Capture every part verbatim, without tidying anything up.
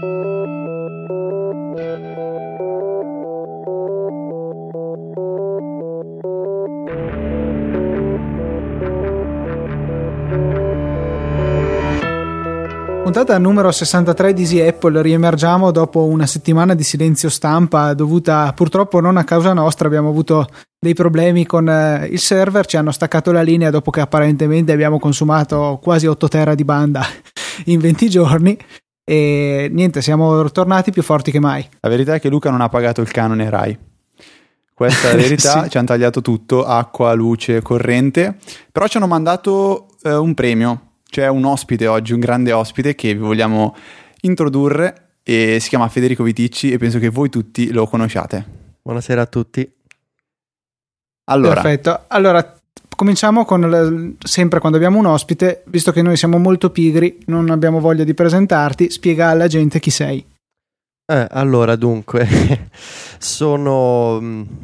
Puntata numero sessantatré di Easy Apple, riemergiamo dopo una settimana di silenzio stampa dovuta purtroppo non a causa nostra, abbiamo avuto dei problemi con eh, il server, ci hanno staccato la linea dopo che apparentemente abbiamo consumato quasi otto tera di banda in venti giorni e niente, siamo tornati più forti che mai. La verità è che Luca non ha pagato il canone Rai. Questa è la verità, sì. Ci hanno tagliato tutto, acqua, luce, corrente, però ci hanno mandato eh, un premio. C'è un ospite oggi, un grande ospite che vi vogliamo introdurre e si chiama Federico Viticci e penso che voi tutti lo conosciate. Buonasera a tutti. Allora. Perfetto, allora cominciamo con le, sempre quando abbiamo un ospite, visto che noi siamo molto pigri, non abbiamo voglia di presentarti, spiega alla gente chi sei. Eh, allora dunque, sono,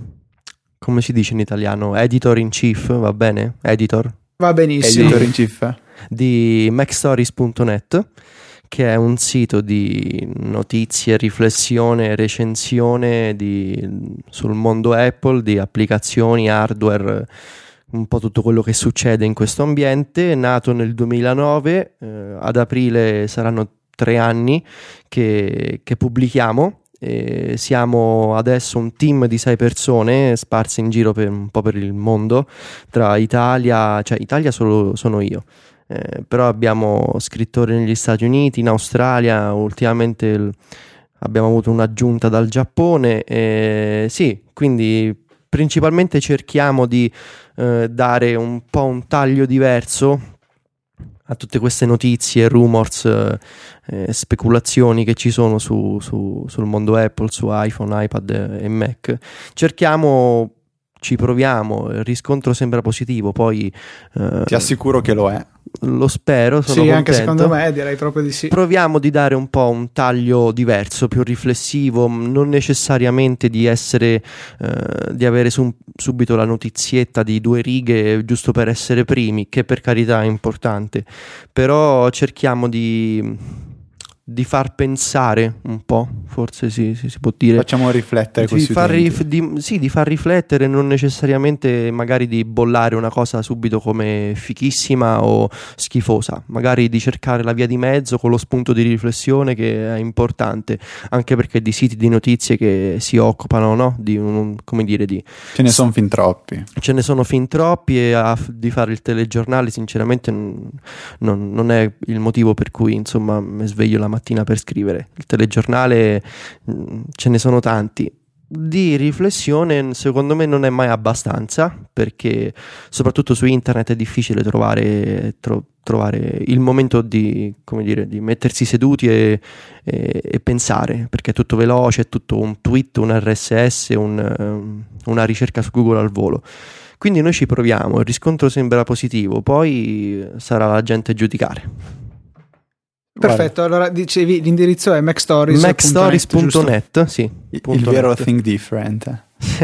come si dice in italiano, editor in chief, va bene? Editor? Va benissimo. Editor in chief? Di mac stories punto net, che è un sito di notizie, riflessione, recensione di, sul mondo Apple, di applicazioni, hardware, un po' tutto quello che succede in questo ambiente. Nato nel duemilanove, eh, ad aprile saranno tre anni che, che pubblichiamo. E siamo adesso un team di sei persone sparse in giro per un po' per il mondo, tra Italia, cioè Italia solo sono io. Eh, però abbiamo scrittori negli Stati Uniti, in Australia, ultimamente il, abbiamo avuto un'aggiunta dal Giappone, eh, sì, quindi principalmente cerchiamo di eh, dare un po' un taglio diverso a tutte queste notizie, rumors, eh, speculazioni che ci sono su, su, sul mondo Apple, su iPhone, iPad e Mac. Cerchiamo, ci proviamo, il riscontro sembra positivo, poi eh, ti assicuro che lo è. Lo spero, sono sì, contento. Anche secondo me direi proprio di sì. Proviamo di dare un po' un taglio diverso, più riflessivo, non necessariamente di essere eh, di avere su, subito la notizietta di due righe giusto per essere primi, che per carità è importante, però cerchiamo di di far pensare un po', forse sì, sì, si può dire. Facciamo riflettere di far, rif- di, sì, di far riflettere, non necessariamente magari di bollare una cosa subito come fichissima o schifosa, magari di cercare la via di mezzo con lo spunto di riflessione, che è importante, anche perché di siti di notizie che si occupano, no? Di un, come dire, di ce ne sono fin troppi. Ce ne sono fin troppi e a, di fare il telegiornale sinceramente non, non, non è il motivo per cui insomma mi sveglio la mattina per scrivere. Il telegiornale mh, ce ne sono tanti. Di riflessione secondo me non è mai abbastanza, perché soprattutto su internet è difficile trovare, tro- trovare il momento di, come dire, di mettersi seduti e, e, e pensare, perché è tutto veloce, è tutto un tweet, un R S S, un, um, una ricerca su Google al volo. Quindi noi ci proviamo, il riscontro sembra positivo, poi sarà la gente a giudicare. Perfetto, allora dicevi l'indirizzo è mac stories mac stories punto net, sì, il, il vero net. Think Different.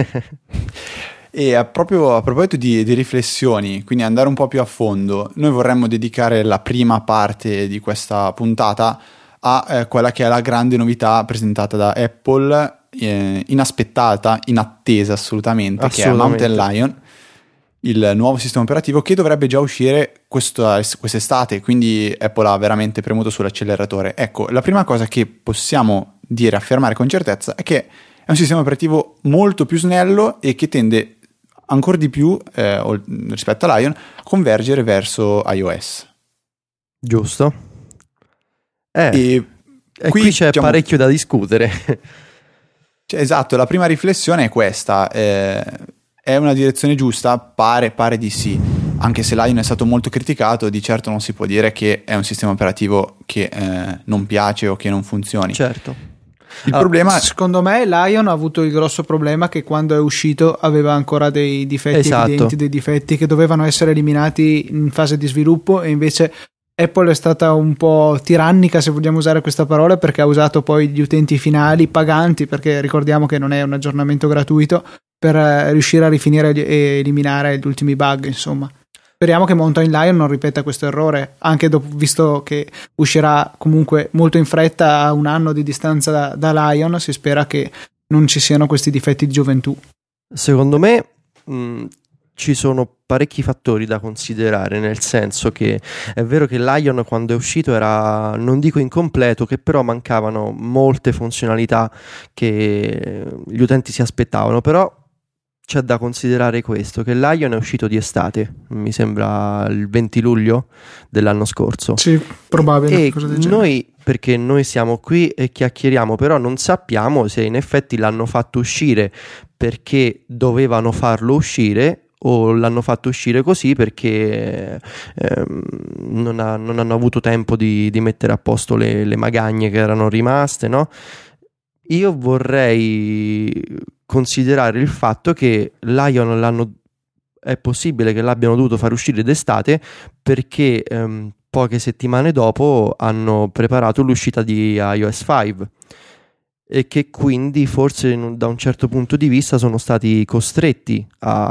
E a, proprio a proposito di, di riflessioni, quindi andare un po' più a fondo, noi vorremmo dedicare la prima parte di questa puntata a eh, quella che è la grande novità presentata da Apple, eh, inaspettata, inattesa assolutamente, assolutamente, che è Mountain Lion, il nuovo sistema operativo che dovrebbe già uscire questa, quest'estate, quindi Apple ha veramente premuto sull'acceleratore. Ecco, la prima cosa che possiamo dire, affermare con certezza, è che è un sistema operativo molto più snello e che tende ancora di più, eh, rispetto a Lion, a convergere verso iOS. Giusto. Eh, e, e qui, qui c'è diciamo, parecchio da discutere. Cioè, esatto, la prima riflessione è questa. Eh, È una direzione giusta? Pare, pare di sì, anche se Lion è stato molto criticato, di certo non si può dire che è un sistema operativo che eh, non piace o che non funzioni. Certo. Il allora, problema... Secondo me Lion ha avuto il grosso problema che quando è uscito aveva ancora dei difetti esatto. evidenti, dei difetti che dovevano essere eliminati in fase di sviluppo, e invece Apple è stata un po' tirannica, se vogliamo usare questa parola, perché ha usato poi gli utenti finali paganti, perché ricordiamo che non è un aggiornamento gratuito, per riuscire a rifinire e eliminare gli ultimi bug, insomma. Speriamo che Mountain Lion non ripeta questo errore, anche dopo, visto che uscirà comunque molto in fretta a un anno di distanza da, da Lion, si spera che non ci siano questi difetti di gioventù. Secondo me mh, ci sono parecchi fattori da considerare, nel senso che è vero che Lion quando è uscito era, non dico incompleto, che però mancavano molte funzionalità che gli utenti si aspettavano, però c'è da considerare questo, che Lion è uscito di estate, mi sembra il venti luglio dell'anno scorso. Sì, probabile. E cosa del noi, perché noi siamo qui e chiacchieriamo, però non sappiamo se in effetti l'hanno fatto uscire perché dovevano farlo uscire o l'hanno fatto uscire così perché ehm, non, ha, non hanno avuto tempo di, di mettere a posto le, le magagne che erano rimaste, no? Io vorrei considerare il fatto che Lion l'hanno, è possibile che l'abbiano dovuto far uscire d'estate perché ehm, poche settimane dopo hanno preparato l'uscita di iOS cinque e che quindi forse in, da un certo punto di vista sono stati costretti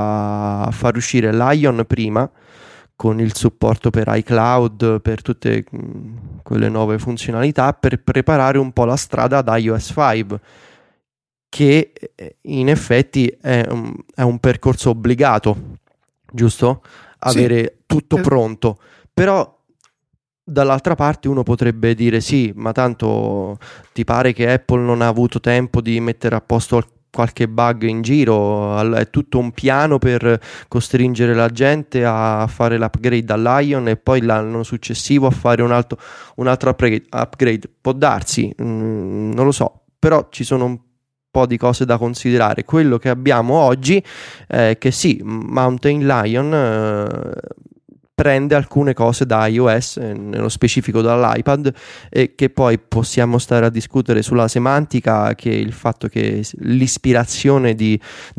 a far uscire Lion prima, con il supporto per iCloud, per tutte mh, quelle nuove funzionalità, per preparare un po' la strada ad iOS cinque, che in effetti è un, è un percorso obbligato, giusto? Avere sì. tutto pronto. Però dall'altra parte uno potrebbe dire sì, ma tanto ti pare che Apple non ha avuto tempo di mettere a posto qualche bug in giro, è tutto un piano per costringere la gente a fare l'upgrade a Lion e poi l'anno successivo a fare un altro, un altro upgrade, upgrade. Può darsi, mm, non lo so, però ci sono un po' di cose da considerare. Quello che abbiamo oggi è che sì, Mountain Lion eh, prende alcune cose da iOS, nello specifico dall'iPad, e che poi possiamo stare a discutere sulla semantica, che il fatto che l'ispirazione di,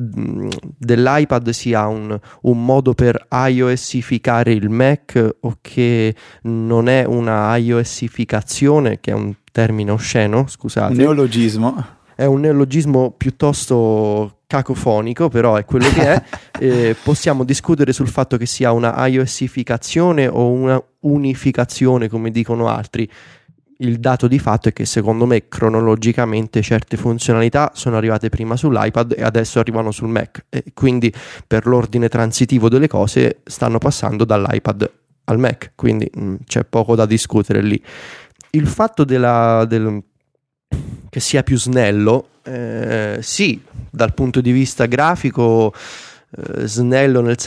dell'iPad sia un, un modo per iOSificare il Mac o che non è una iOSificazione, che è un termine osceno, scusate. Un neologismo. È un neologismo piuttosto cacofonico, però è quello che è. Eh, possiamo discutere sul fatto che sia una iOSificazione o una unificazione, come dicono altri. Il dato di fatto è che secondo me cronologicamente certe funzionalità sono arrivate prima sull'iPad e adesso arrivano sul Mac, e quindi per l'ordine transitivo delle cose stanno passando dall'iPad al Mac, quindi mh, c'è poco da discutere lì. Il fatto della, del che sia più snello, eh, sì, dal punto di vista grafico eh, snello nel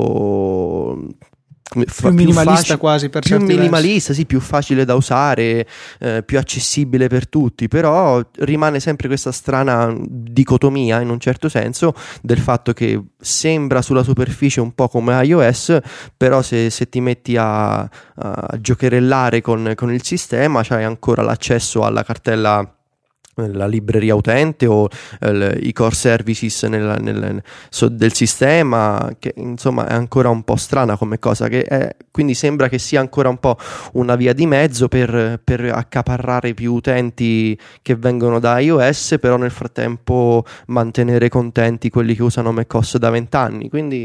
senso più fa, minimalista, più faci- quasi per più minimalista, sì, più facile da usare, eh, più accessibile per tutti, però rimane sempre questa strana dicotomia in un certo senso del fatto che sembra sulla superficie un po' come iOS, però se, se ti metti a, a giocherellare con, con il sistema c'hai ancora l'accesso alla cartella, la libreria utente o eh, i core services nel, nel, so, del sistema, che insomma è ancora un po' strana come cosa, che è, quindi sembra che sia ancora un po' una via di mezzo per, per accaparrare più utenti che vengono da iOS, però nel frattempo mantenere contenti quelli che usano macOS da vent'anni, quindi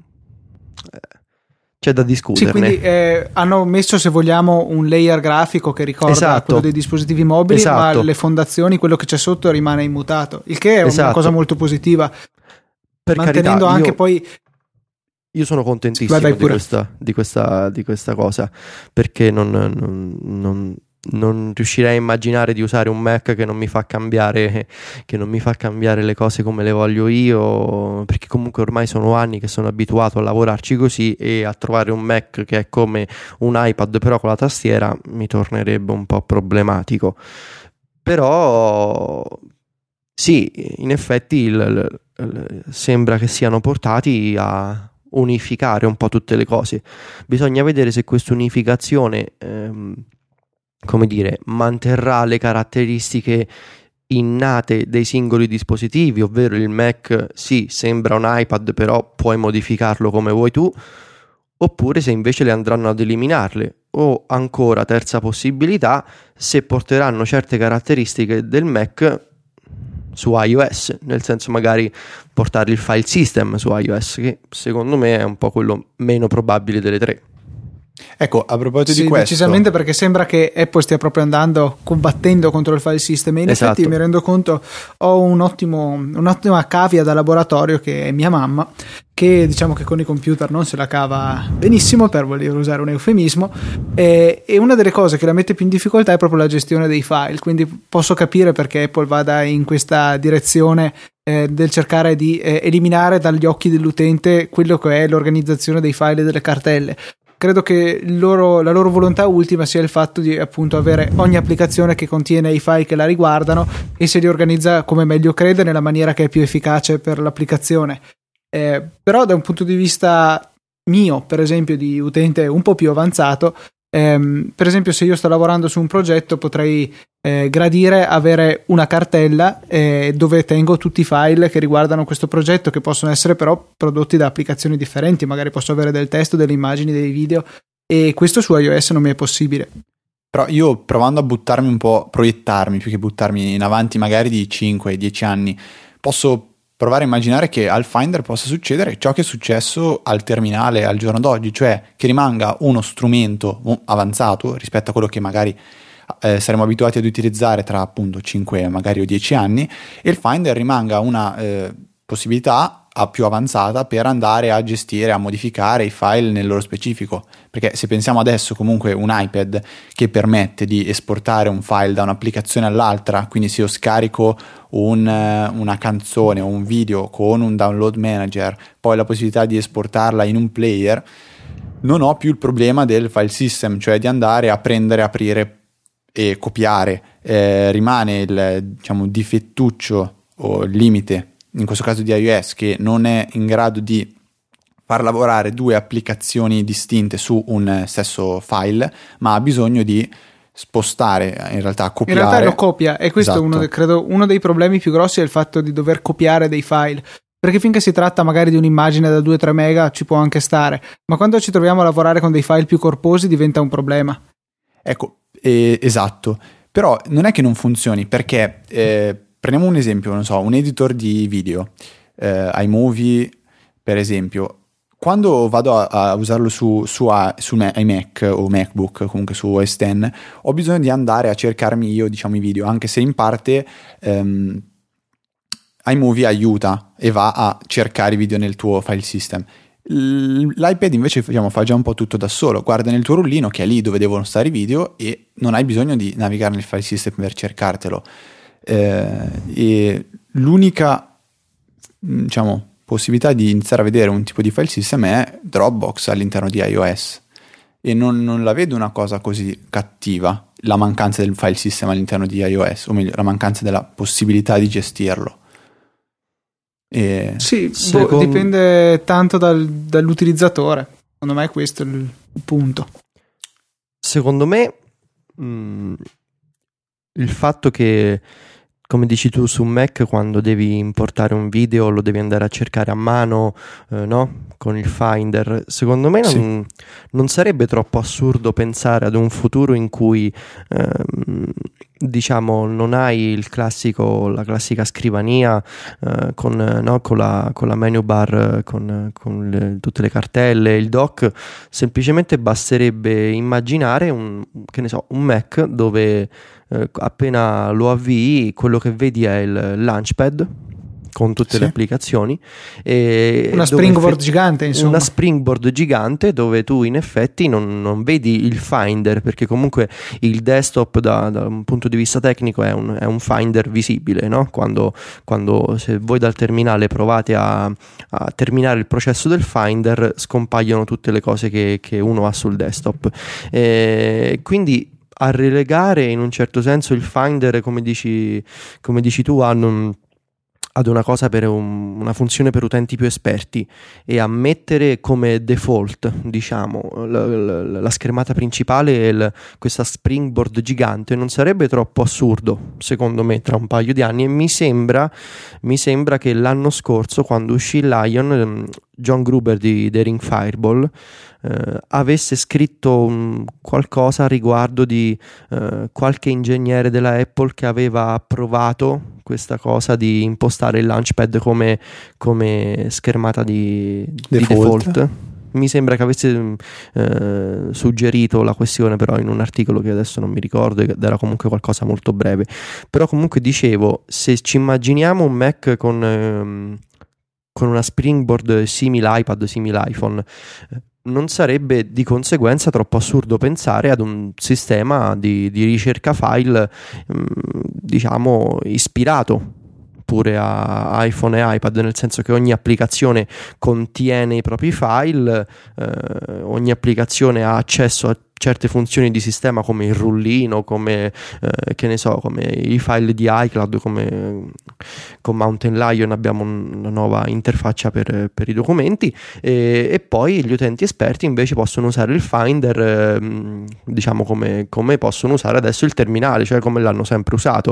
eh, c'è da discuterne. Sì, quindi eh, hanno messo, se vogliamo, un layer grafico che ricorda esatto. quello dei dispositivi mobili, esatto. ma le fondazioni, quello che c'è sotto rimane immutato, il che è esatto. una cosa molto positiva, per mantenendo carità, anche io... poi Io sono contentissimo di questa, di, questa, di questa cosa, perché non, non, non, non riuscirei a immaginare di usare un Mac che non mi fa cambiare, che non mi fa cambiare le cose come le voglio io, perché comunque ormai sono anni che sono abituato a lavorarci così, e a trovare un Mac che è come un iPad però con la tastiera mi tornerebbe un po' problematico. Però sì, in effetti il, il, il, sembra che siano portati a unificare un po' tutte le cose. Bisogna vedere se questa unificazione ehm, come dire, manterrà le caratteristiche innate dei singoli dispositivi, ovvero il Mac sì, sembra un iPad, però puoi modificarlo come vuoi tu, oppure se invece le andranno ad eliminarle, o ancora, terza possibilità, se porteranno certe caratteristiche del Mac su iOS, nel senso magari portare il file system su iOS, che secondo me è un po' quello meno probabile delle tre. Ecco, a proposito sì, di questo, decisamente, perché sembra che Apple stia proprio andando combattendo contro il file system, e in esatto. effetti mi rendo conto, ho un ottimo, un'ottima cavia da laboratorio che è mia mamma, che diciamo che con i computer non se la cava benissimo, per voler usare un eufemismo, e, e una delle cose che la mette più in difficoltà è proprio la gestione dei file, quindi posso capire perché Apple vada in questa direzione eh, del cercare di eh, eliminare dagli occhi dell'utente quello che è l'organizzazione dei file e delle cartelle. Credo che il loro, la loro volontà ultima sia il fatto di appunto avere ogni applicazione che contiene i file che la riguardano e se li organizza come meglio crede, nella maniera che è più efficace per l'applicazione. Eh, però da un punto di vista mio, per esempio di utente un po' più avanzato, ehm, per esempio se io sto lavorando su un progetto potrei eh, gradire avere una cartella eh, dove tengo tutti i file che riguardano questo progetto, che possono essere però prodotti da applicazioni differenti, magari posso avere del testo, delle immagini, dei video, e questo su iOS non mi è possibile. Però io, provando a buttarmi un po', proiettarmi più che buttarmi in avanti magari di cinque dieci anni, posso provare a immaginare che al Finder possa succedere ciò che è successo al terminale al giorno d'oggi, cioè che rimanga uno strumento avanzato rispetto a quello che magari eh, saremo abituati ad utilizzare tra appunto cinque magari o dieci anni, e il Finder rimanga una eh, possibilità a più avanzata per andare a gestire, a modificare i file nel loro specifico, perché se pensiamo adesso comunque un iPad che permette di esportare un file da un'applicazione all'altra, quindi se io scarico un, una canzone o un video con un download manager, poi la possibilità di esportarla in un player, non ho più il problema del file system, cioè di andare a prendere, aprire e copiare, eh, rimane il diciamo difettuccio o il limite in questo caso di iOS, che non è in grado di far lavorare due applicazioni distinte su un stesso file, ma ha bisogno di spostare, in realtà copiare. In realtà lo copia, e questo esatto. è uno, de, credo, uno dei problemi più grossi, è il fatto di dover copiare dei file, perché finché si tratta magari di un'immagine da due tre mega ci può anche stare, ma quando ci troviamo a lavorare con dei file più corposi diventa un problema. Ecco, eh, esatto, però non è che non funzioni, perché eh, prendiamo un esempio, non so, un editor di video, eh, iMovie per esempio. Quando vado a, a usarlo su, su, a, su iMac o MacBook, comunque su O S X, ho bisogno di andare a cercarmi io, diciamo, i video, anche se in parte ehm, iMovie aiuta e va a cercare i video nel tuo file system. L'iPad invece, diciamo, fa già un po' tutto da solo, guarda nel tuo rullino che è lì dove devono stare i video e non hai bisogno di navigare nel file system per cercartelo. Eh, e l'unica, diciamo, possibilità di iniziare a vedere un tipo di file system è Dropbox all'interno di iOS, e non, non la vedo una cosa così cattiva, la mancanza del file system all'interno di iOS, o meglio la mancanza della possibilità di gestirlo. E sì, secondo... boh, dipende tanto dal, dall'utilizzatore, secondo me è questo il punto. Secondo me mh, il fatto che, come dici tu, su Mac quando devi importare un video lo devi andare a cercare a mano, eh, no? Con il Finder, secondo me non, sì. non sarebbe troppo assurdo pensare ad un futuro in cui ehm, diciamo non hai il classico, la classica scrivania eh, con, no? con, la, con la menu bar, con, con le, tutte le cartelle, il dock. Semplicemente basterebbe immaginare un, che ne so, un Mac dove eh, appena lo avvii quello che vedi è il Launchpad con tutte sì. le applicazioni, e una springboard gigante, insomma. Una springboard gigante dove tu in effetti non, non vedi il Finder, perché comunque il desktop da, da un punto di vista tecnico è un, è un Finder visibile, no? Quando, quando se voi dal terminale provate a, a terminare il processo del Finder, scompaiono tutte le cose che, che uno ha sul desktop. E quindi a relegare in un certo senso il Finder, come dici, come dici tu, a non, ad una cosa per un, una funzione per utenti più esperti, e a mettere come default, diciamo, la, la, la schermata principale e il, questa springboard gigante, non sarebbe troppo assurdo, secondo me, tra un paio di anni. E mi sembra, mi sembra che l'anno scorso, quando uscì Lion, John Gruber di Daring Fireball eh, avesse scritto um, qualcosa a riguardo di uh, qualche ingegnere della Apple che aveva provato questa cosa di impostare il Launchpad come, come schermata di default. di default. Mi sembra che avesse eh, suggerito la questione, però in un articolo che adesso non mi ricordo, ed era comunque qualcosa molto breve. Però comunque dicevo, se ci immaginiamo un Mac con, ehm, con una Springboard simile iPad, simile iPhone, non sarebbe di conseguenza troppo assurdo pensare ad un sistema di, di ricerca file mh, diciamo ispirato pure a iPhone e iPad, nel senso che ogni applicazione contiene i propri file, eh, ogni applicazione ha accesso a certe funzioni di sistema come il rullino, come eh, che ne so, come i file di iCloud, come con Mountain Lion abbiamo una nuova interfaccia per, per i documenti, e, e poi gli utenti esperti invece possono usare il Finder eh, diciamo come, come possono usare adesso il terminale, cioè come l'hanno sempre usato.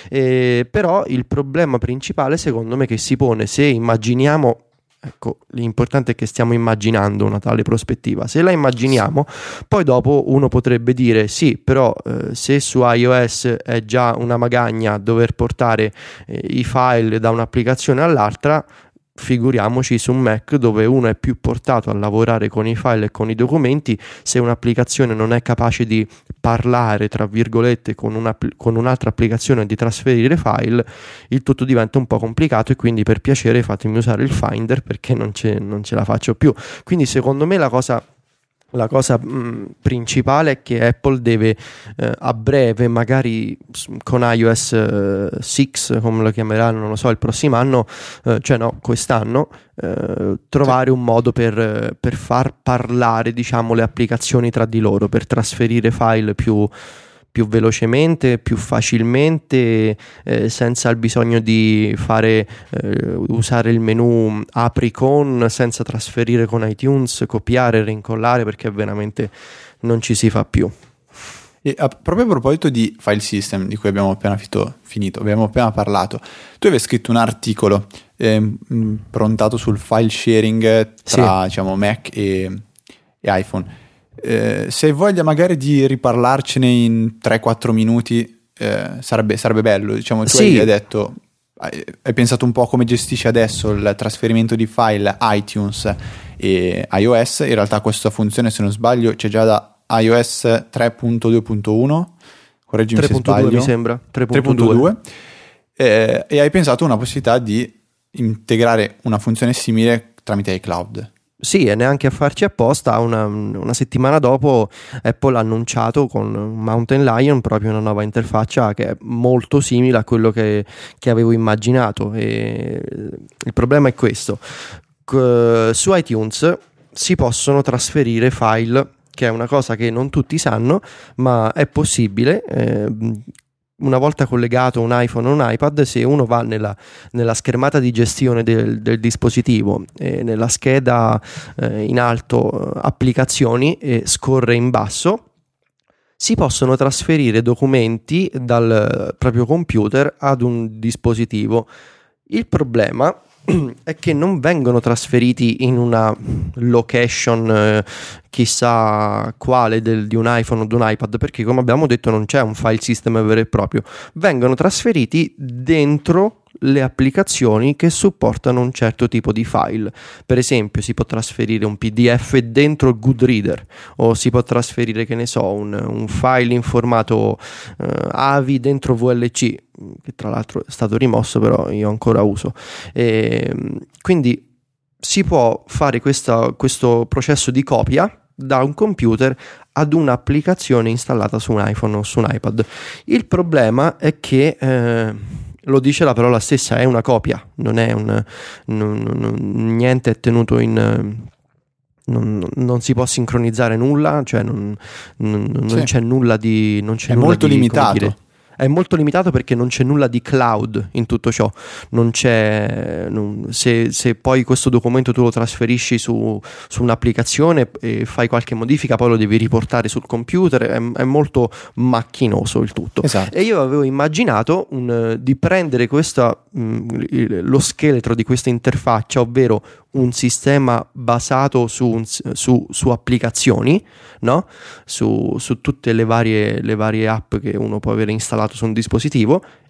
E, però il problema principale secondo me che si pone, se immaginiamo, ecco, l'importante è che stiamo immaginando una tale prospettiva. Se la immaginiamo, poi dopo uno potrebbe dire sì, però eh, se su iOS è già una magagna dover portare eh, i file da un'applicazione all'altra, figuriamoci su un Mac dove uno è più portato a lavorare con i file e con i documenti. Se un'applicazione non è capace di parlare tra virgolette con, una, con un'altra applicazione, di trasferire file, il tutto diventa un po' complicato, e quindi per piacere fatemi usare il Finder perché non ce, non ce la faccio più. Quindi secondo me la cosa La cosa mh, principale è che Apple deve eh, a breve, magari con iOS eh, sei, come lo chiameranno, non lo so, il prossimo anno, eh, cioè no, quest'anno, eh, trovare un modo per, per far parlare, diciamo, le applicazioni tra di loro, per trasferire file più più velocemente, più facilmente, eh, senza il bisogno di fare eh, usare il menu apri con, senza trasferire con iTunes, copiare, rincollare, perché veramente non ci si fa più. E a, proprio a proposito di file system, di cui abbiamo appena fito, finito, abbiamo appena parlato, tu avevi scritto un articolo eh, prontato sul file sharing tra sì. diciamo Mac e, e iPhone. Eh, se hai voglia magari di riparlarcene in tre quattro minuti, eh, sarebbe, sarebbe bello. Diciamo, tu sì. hai detto, hai, hai pensato un po' come gestisci adesso il trasferimento di file iTunes e iOS. In realtà questa funzione, se non sbaglio, c'è già da iOS tre punto due punto uno, correggimi se sbaglio, mi sembra tre punto due, eh, e hai pensato una possibilità di integrare una funzione simile tramite iCloud. Sì, e neanche a farci apposta, una, una settimana dopo Apple ha annunciato con Mountain Lion proprio una nuova interfaccia che è molto simile a quello che, che avevo immaginato. E il problema è questo: C- su iTunes si possono trasferire file, che è una cosa che non tutti sanno, ma è possibile. Eh, una volta collegato un iPhone o un iPad, se uno va nella, nella schermata di gestione del, del dispositivo e nella scheda eh, in alto applicazioni e scorre in basso, si possono trasferire documenti dal proprio computer ad un dispositivo. Il problema è che non vengono trasferiti in una location eh, chissà quale del, di un iPhone o di un iPad, perché come abbiamo detto non c'è un file system vero e proprio. Vengono trasferiti dentro le applicazioni che supportano un certo tipo di file. Per esempio si può trasferire un P D F dentro Goodreader, o si può trasferire, che ne so, un, un file in formato eh, A V I dentro V L C, che tra l'altro è stato rimosso, però io ancora uso. E quindi si può fare questa, questo processo di copia da un computer ad un'applicazione installata su un iPhone o su un iPad. Il problema è che eh, lo dice la parola stessa, è una copia, non è un non, non, niente è tenuto in non, non si può sincronizzare nulla, cioè non, non, non sì. c'è nulla di non c'è è nulla molto di, limitato. È molto limitato perché non c'è nulla di cloud in tutto ciò. Non c'è non, se, se poi questo documento tu lo trasferisci su, su un'applicazione e fai qualche modifica, poi lo devi riportare sul computer, è, è molto macchinoso il tutto. Esatto. E io avevo immaginato un, di prendere questa, mh, lo scheletro di questa interfaccia, ovvero un sistema basato su, un, su, su applicazioni, no? Su, su tutte le varie, le varie app che uno può avere installato su un dispositivo,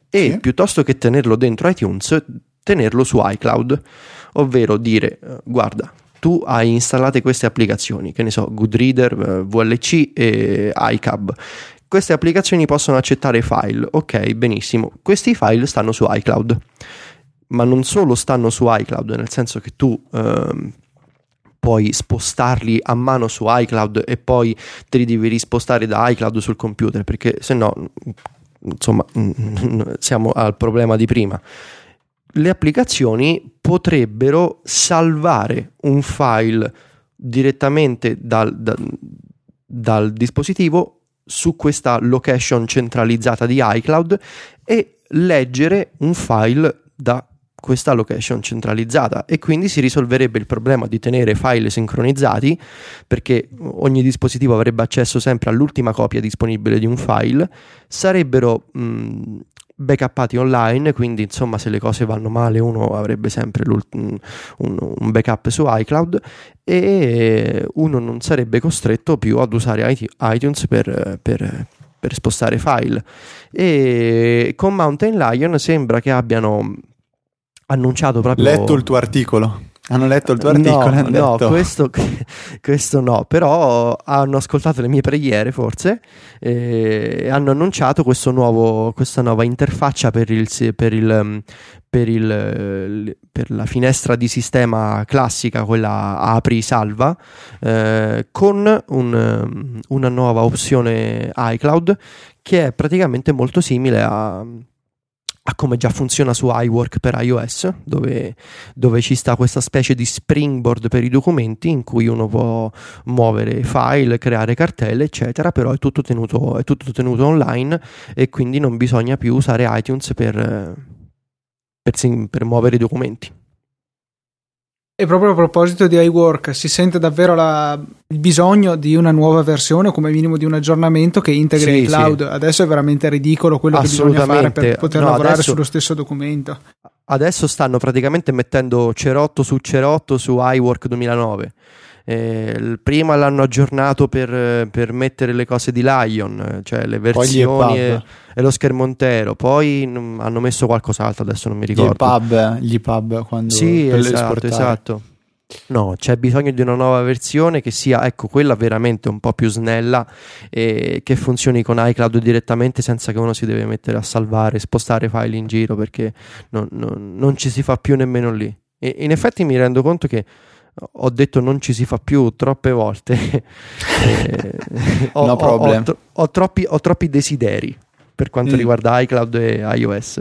e sì. piuttosto che tenerlo dentro iTunes, tenerlo su iCloud, ovvero dire uh, guarda, tu hai installate queste applicazioni, che ne so, Goodreader, uh, V L C e iCab. Queste applicazioni possono accettare file, ok, benissimo. Questi file stanno su iCloud, ma non solo stanno su iCloud, nel senso che tu uh, puoi spostarli a mano su iCloud e poi te li devi rispostare da iCloud sul computer, perché se no, insomma, siamo al problema di prima. Le applicazioni potrebbero salvare un file direttamente dal, da, dal dispositivo su questa location centralizzata di iCloud e leggere un file da questa location centralizzata, e quindi si risolverebbe il problema di tenere file sincronizzati, perché ogni dispositivo avrebbe accesso sempre all'ultima copia disponibile di un file, sarebbero mh, backuppati online, quindi insomma se le cose vanno male uno avrebbe sempre un, un backup su iCloud e uno non sarebbe costretto più ad usare iTunes per, per, per spostare file. E con Mountain Lion sembra che abbiano annunciato proprio... Letto il tuo articolo? Hanno letto il tuo articolo? No, e hanno no, detto... questo, questo no, però hanno ascoltato le mie preghiere forse e hanno annunciato questo nuovo, questa nuova interfaccia per il, per il per il per la finestra di sistema classica, quella apri salva, eh, con un, una nuova opzione iCloud che è praticamente molto simile a a come già funziona su iWork per iOS, dove, dove ci sta questa specie di springboard per i documenti in cui uno può muovere file, creare cartelle, eccetera, però è tutto tenuto, è tutto tenuto online e quindi non bisogna più usare iTunes per, per, per muovere i documenti. E proprio a proposito di iWork, si sente davvero la, il bisogno di una nuova versione o come minimo di un aggiornamento che integri sì, il cloud. Sì. Adesso è veramente ridicolo quello che bisogna fare per poter no, lavorare adesso, sullo stesso documento. Adesso stanno praticamente mettendo cerotto su cerotto su iWork duemilanove. Eh, prima l'hanno aggiornato per, per mettere le cose di Lion, cioè le versioni e, e lo schermo intero, poi n- hanno messo qualcos'altro, adesso non mi ricordo. Gli pub, gli pub quando sì, esatto, esatto. No, c'è bisogno di una nuova versione che sia, ecco, quella veramente un po' più snella e che funzioni con iCloud direttamente senza che uno si deve mettere a salvare, spostare file in giro, perché non, non, non ci si fa più nemmeno lì. E in effetti mi rendo conto che ho detto non ci si fa più troppe volte. eh, ho, no problem. Ho, ho, ho, troppi, ho troppi desideri per quanto mm. riguarda iCloud e iOS.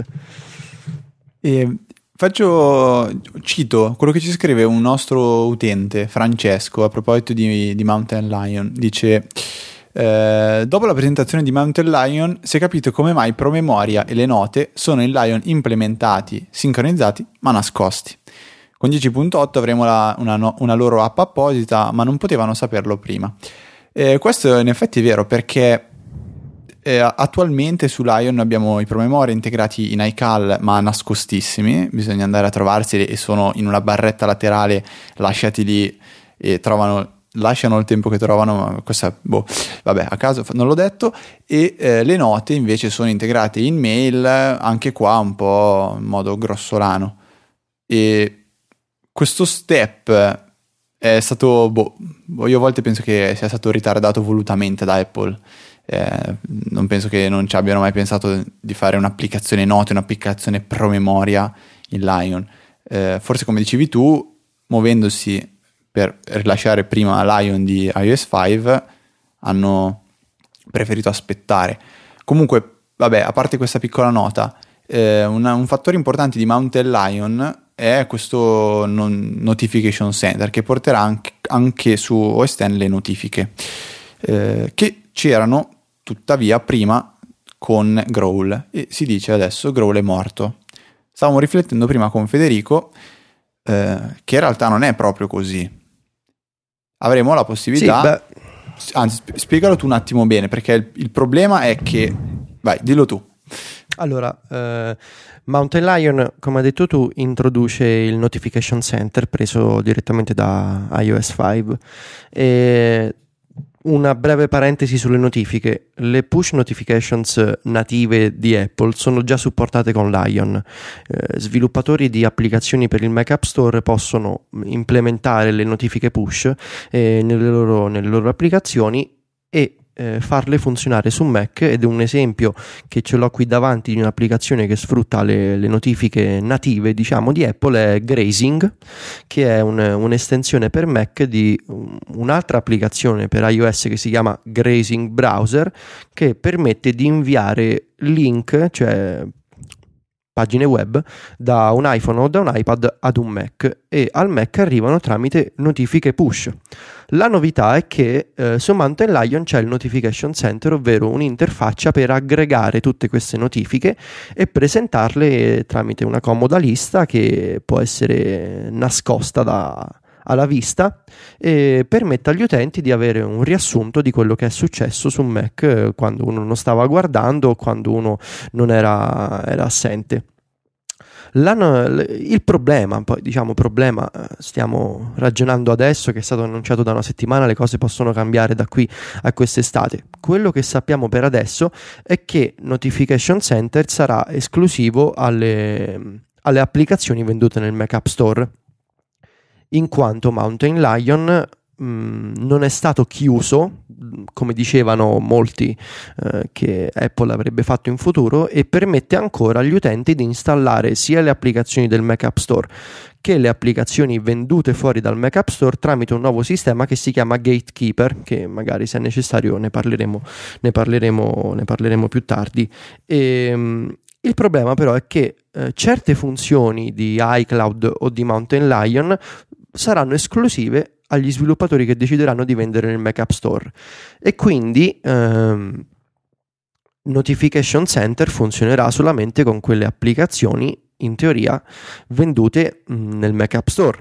E faccio, cito quello che ci scrive un nostro utente, Francesco, a proposito di, di Mountain Lion. Dice: eh, dopo la presentazione di Mountain Lion si è capito come mai i promemoria e le note sono in Lion implementati, sincronizzati ma nascosti. Con dieci punto otto avremo la, una, no, una loro app apposita, ma non potevano saperlo prima. Eh, questo in effetti è vero, perché eh, attualmente su Lion abbiamo i promemoria integrati in iCal, ma nascostissimi. Bisogna andare a trovarseli e sono in una barretta laterale, lasciati lì e trovano, lasciano il tempo che trovano. Ma questa, boh, vabbè, a caso non l'ho detto. E eh, le note invece sono integrate in mail, anche qua un po' in modo grossolano. E questo step è stato, boh, io a volte penso che sia stato ritardato volutamente da Apple. Eh, non penso che non ci abbiano mai pensato di fare un'applicazione note, un'applicazione promemoria in Lion. Eh, forse, come dicevi tu, muovendosi per rilasciare prima Lion di iOS cinque, hanno preferito aspettare. Comunque, vabbè, a parte questa piccola nota, eh, una, un fattore importante di Mountain Lion è questo non notification center, che porterà anche, anche su O S X le notifiche, eh, che c'erano tuttavia prima con Growl, e si dice adesso Growl è morto. Stavamo riflettendo prima con Federico eh, che in realtà non è proprio così. Avremo la possibilità, sì, anzi spiegalo tu un attimo bene, perché il, il problema è che, vai, dillo tu. Allora, eh, Mountain Lion, come hai detto tu, introduce il Notification Center preso direttamente da iOS cinque e Una breve parentesi sulle notifiche. Le push notifications native di Apple sono già supportate con Lion. Eh, sviluppatori di applicazioni per il Mac App Store possono implementare le notifiche push eh, nelle, loro, nelle loro applicazioni e eh, farle funzionare su Mac, ed è un esempio che ce l'ho qui davanti di un'applicazione che sfrutta le, le notifiche native, diciamo, di Apple, è Grazing, che è un, un'estensione per Mac di un'altra applicazione per iOS che si chiama Grazing Browser, che permette di inviare link, cioè pagine web, da un iPhone o da un iPad ad un Mac, e al Mac arrivano tramite notifiche push. La novità è che eh, su Mountain Lion c'è il Notification Center, ovvero un'interfaccia per aggregare tutte queste notifiche e presentarle tramite una comoda lista che può essere nascosta da, alla vista, e permette agli utenti di avere un riassunto di quello che è successo su Mac eh, quando uno non stava guardando o quando uno non era, era assente. Il problema, poi diciamo problema, stiamo ragionando adesso che è stato annunciato da una settimana, le cose possono cambiare da qui a quest'estate. Quello che sappiamo per adesso è che Notification Center sarà esclusivo alle, alle applicazioni vendute nel Mac App Store, in quanto Mountain Lion mh, non è stato chiuso, come dicevano molti eh, che Apple avrebbe fatto in futuro, e permette ancora agli utenti di installare sia le applicazioni del Mac App Store che le applicazioni vendute fuori dal Mac App Store tramite un nuovo sistema che si chiama Gatekeeper, che magari, se è necessario, ne parleremo, ne parleremo, ne parleremo più tardi. E, mh, il problema però è che eh, certe funzioni di iCloud o di Mountain Lion saranno esclusive agli sviluppatori che decideranno di vendere nel Mac App Store, e quindi ehm, Notification Center funzionerà solamente con quelle applicazioni in teoria vendute mh, nel Mac App Store.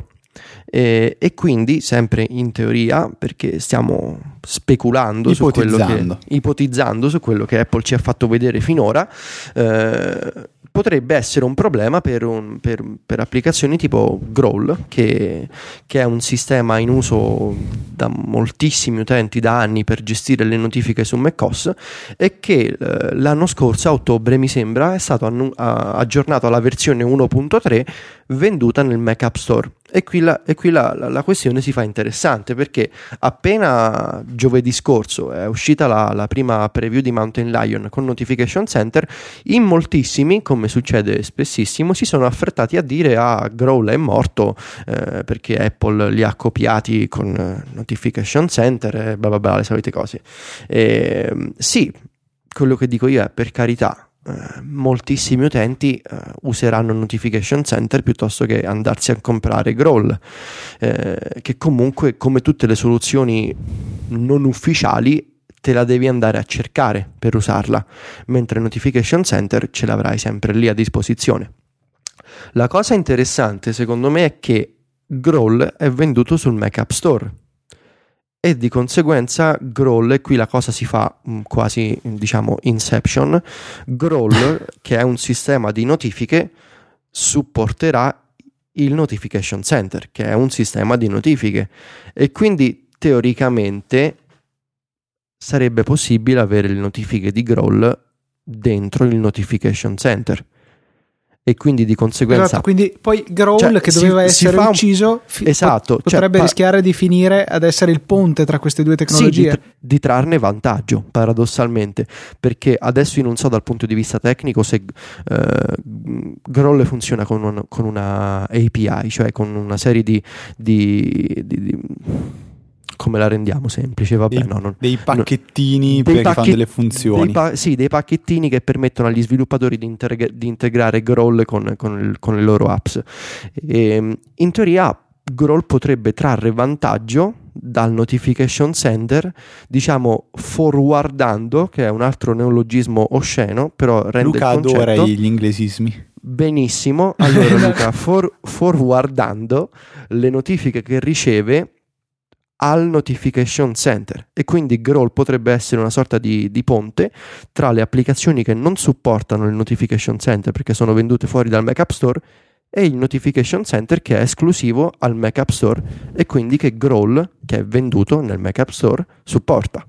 E, e quindi, sempre in teoria, perché stiamo speculando su quello che, ipotizzando su quello che Apple ci ha fatto vedere finora, eh, potrebbe essere un problema per, un, per, per applicazioni tipo Growl, che, che è un sistema in uso da moltissimi utenti da anni per gestire le notifiche su macOS, e che eh, l'anno scorso, a ottobre mi sembra, è stato annu- aggiornato alla versione uno punto tre venduta nel Mac App Store. E qui, la, e qui la, la, la questione si fa interessante, perché appena giovedì scorso è uscita la, la prima preview di Mountain Lion con Notification Center, in moltissimi, come succede spessissimo, si sono affrettati a dire ah, Growl è morto eh, perché Apple li ha copiati con eh, Notification Center e bla bla bla, le solite cose. E, sì, quello che dico io è, per carità, Uh, moltissimi utenti uh, useranno Notification Center piuttosto che andarsi a comprare Growl, eh, che comunque, come tutte le soluzioni non ufficiali, te la devi andare a cercare per usarla, mentre Notification Center ce l'avrai sempre lì a disposizione. La cosa interessante, secondo me, è che Growl è venduto sul Mac App Store, e di conseguenza Growl, e qui la cosa si fa mh, quasi, diciamo, Inception. Growl, che è un sistema di notifiche, supporterà il Notification Center, che è un sistema di notifiche, e quindi teoricamente sarebbe possibile avere le notifiche di Growl dentro il Notification Center. E quindi di conseguenza, esatto, quindi poi Growl, cioè, che doveva si, essere si ucciso un... fi- esatto, potrebbe cioè, rischiare di finire ad essere il ponte tra queste due tecnologie. Sì, di, di trarne vantaggio, paradossalmente, perché adesso io non so dal punto di vista tecnico se uh, Growl funziona con, un, con una A P I, cioè con una serie di, di, di, di come la rendiamo semplice? Vabbè, dei, no, non, dei pacchettini no, per dei che fanno delle funzioni. Dei pa- sì, dei pacchettini che permettono agli sviluppatori di, interg- di integrare Growl con, con, il, con le loro apps. E, in teoria Growl potrebbe trarre vantaggio dal Notification Center, diciamo forwardando, che è un altro neologismo osceno, però rende Luca il concetto... adora gli inglesismi. Benissimo, allora Luca, for- forwardando le notifiche che riceve al Notification Center, e quindi Growl potrebbe essere una sorta di, di ponte tra le applicazioni che non supportano il Notification Center perché sono vendute fuori dal Mac App Store e il Notification Center che è esclusivo al Mac App Store e quindi che Growl, che è venduto nel Mac App Store, supporta.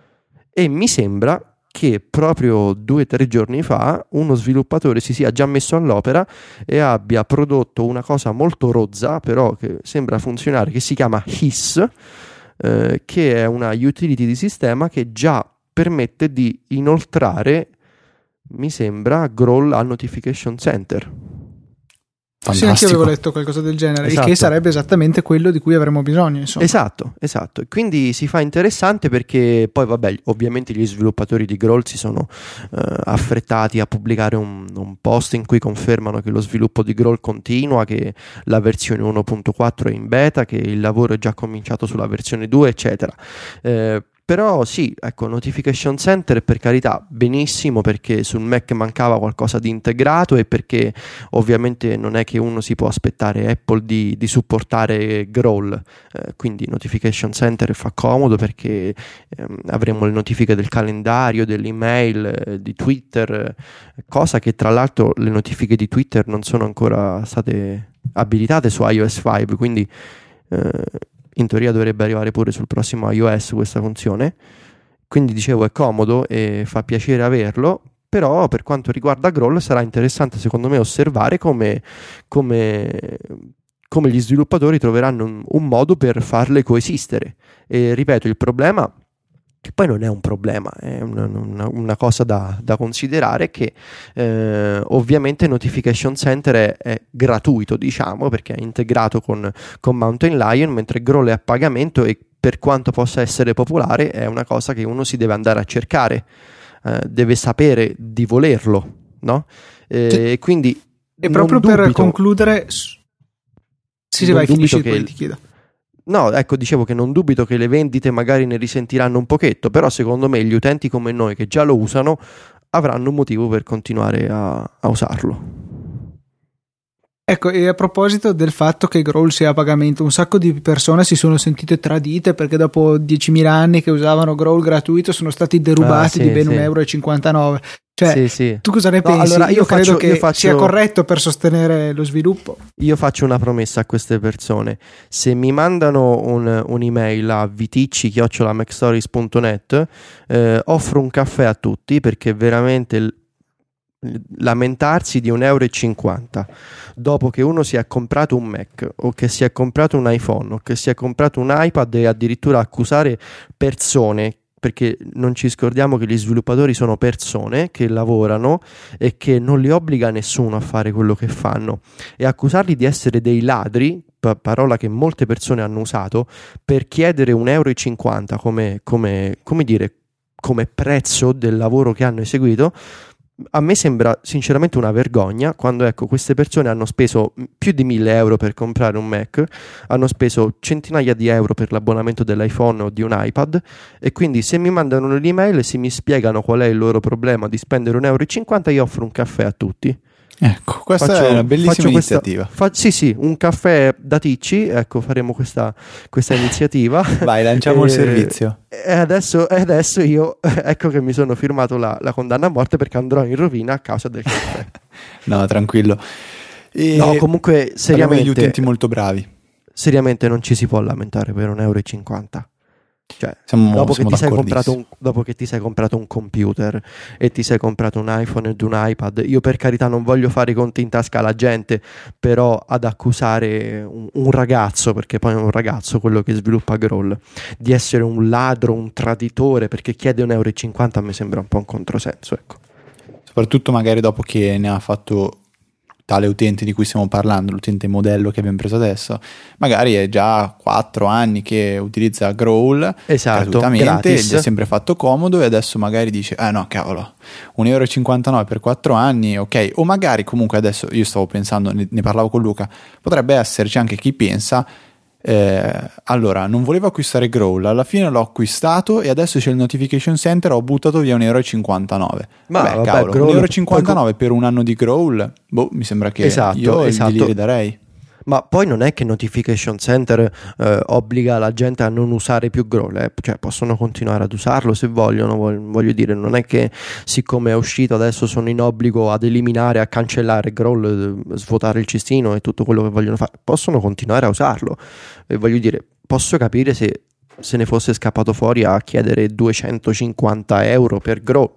E mi sembra che proprio due o tre giorni fa uno sviluppatore si sia già messo all'opera e abbia prodotto una cosa molto rozza, però che sembra funzionare, che si chiama Hiss, eh, che è una utility di sistema che già permette di inoltrare, mi sembra, Growl al Notification Center. Fantastico. Sì, anche io avevo letto qualcosa del genere, esatto. Il che sarebbe esattamente quello di cui avremmo bisogno, insomma. Esatto, esatto. Quindi si fa interessante perché poi, vabbè, ovviamente gli sviluppatori di Growl si sono uh, affrettati a pubblicare un, un post in cui confermano che lo sviluppo di Growl continua, che la versione uno punto quattro è in beta, che il lavoro è già cominciato sulla versione due, eccetera. Eh, Però sì, ecco, Notification Center per carità benissimo, perché sul Mac mancava qualcosa di integrato e perché ovviamente non è che uno si può aspettare Apple di, di supportare Growl, eh, quindi Notification Center fa comodo perché ehm, avremo le notifiche del calendario, dell'email, eh, di Twitter, eh, cosa che tra l'altro le notifiche di Twitter non sono ancora state abilitate su iOS cinque, quindi eh, in teoria dovrebbe arrivare pure sul prossimo iOS questa funzione, quindi dicevo è comodo e fa piacere averlo. Però per quanto riguarda Growl sarà interessante secondo me osservare come, come, come gli sviluppatori troveranno un, un modo per farle coesistere. E ripeto, il problema, che poi non è un problema, è una, una, una cosa da, da considerare, che eh, ovviamente Notification Center è, è gratuito, diciamo, perché è integrato con, con Mountain Lion, mentre Growl è a pagamento e per quanto possa essere popolare è una cosa che uno si deve andare a cercare, eh, deve sapere di volerlo, no? E sì. Quindi e proprio dubito, per concludere sì, sì, vai, finisci, poi ti chiedo. No, ecco, dicevo che non dubito che le vendite magari ne risentiranno un pochetto, però secondo me gli utenti come noi che già lo usano avranno un motivo per continuare a, a usarlo. Ecco, e a proposito del fatto che Growl sia a pagamento, un sacco di persone si sono sentite tradite perché dopo diecimila anni che usavano Growl gratuito sono stati derubati ah, sì, di ben sì. un euro e cinquantanove. Cioè, sì, sì. Tu cosa ne no, pensi? Allora, io, io credo faccio, che io faccio, sia corretto per sostenere lo sviluppo. Io faccio una promessa a queste persone: se mi mandano un, un'email a viticci chiocciola macstories punto net, eh, offro un caffè a tutti, perché veramente lamentarsi di un euro e cinquanta dopo che uno si è comprato un Mac o che si è comprato un iPhone o che si è comprato un iPad e addirittura accusare persone, perché non ci scordiamo che gli sviluppatori sono persone che lavorano e che non li obbliga nessuno a fare quello che fanno, e accusarli di essere dei ladri, pa- parola che molte persone hanno usato, per chiedere un euro e cinquanta come, come, come dire, come prezzo del lavoro che hanno eseguito, a me sembra sinceramente una vergogna, quando ecco queste persone hanno speso più di mille euro per comprare un Mac, hanno speso centinaia di euro per l'abbonamento dell'iPhone o di un iPad, e quindi se mi mandano un'email e se mi spiegano qual è il loro problema di spendere un euro e cinquanta, io offro un caffè a tutti. Ecco, questa faccio, è una bellissima iniziativa. Questa, fa, sì, sì, un caffè da Ticci, ecco, faremo questa, questa iniziativa. Vai, lanciamo e, il servizio. E adesso, e adesso io, ecco che mi sono firmato la, la condanna a morte perché andrò in rovina a causa del caffè. No, tranquillo. E no, comunque, seriamente... gli utenti molto bravi. Seriamente non ci si può lamentare per un euro e cinquanta. Cioè, siamo, dopo, siamo che ti sei comprato un, dopo che ti sei comprato un computer e ti sei comprato un iPhone ed un iPad, io per carità non voglio fare i conti in tasca alla gente, però ad accusare un, un ragazzo, perché poi è un ragazzo quello che sviluppa Growl, di essere un ladro, un traditore perché chiede un euro e cinquanta, a me sembra un po' un controsenso, ecco. Soprattutto magari dopo che ne ha fatto tale utente di cui stiamo parlando, l'utente modello che abbiamo preso adesso, magari è già quattro anni che utilizza Growl, esatto, gratuitamente, gratis. gli è sempre fatto comodo, e adesso magari dice ah no cavolo, un euro e cinquantanove per quattro anni, ok. O magari comunque adesso io stavo pensando, ne, ne parlavo con Luca, potrebbe esserci anche chi pensa Eh, allora non volevo acquistare Growl, alla fine l'ho acquistato e adesso c'è il Notification Center, ho buttato via un euro e cinquantanove. Ma vabbè, vabbè, cavolo, Growl, un euro e cinquantanove poi... per un anno di Growl, boh, mi sembra che esatto, io esatto. glieli darei. Ma poi non è che Notification Center eh, obbliga la gente a non usare più Growl, eh? Cioè possono continuare ad usarlo se vogliono, voglio dire, non è che siccome è uscito adesso sono in obbligo ad eliminare, a cancellare Growl, svuotare il cestino e tutto quello che vogliono fare, possono continuare a usarlo. E voglio dire, posso capire se se ne fosse scappato fuori a chiedere duecentocinquanta euro per Growl,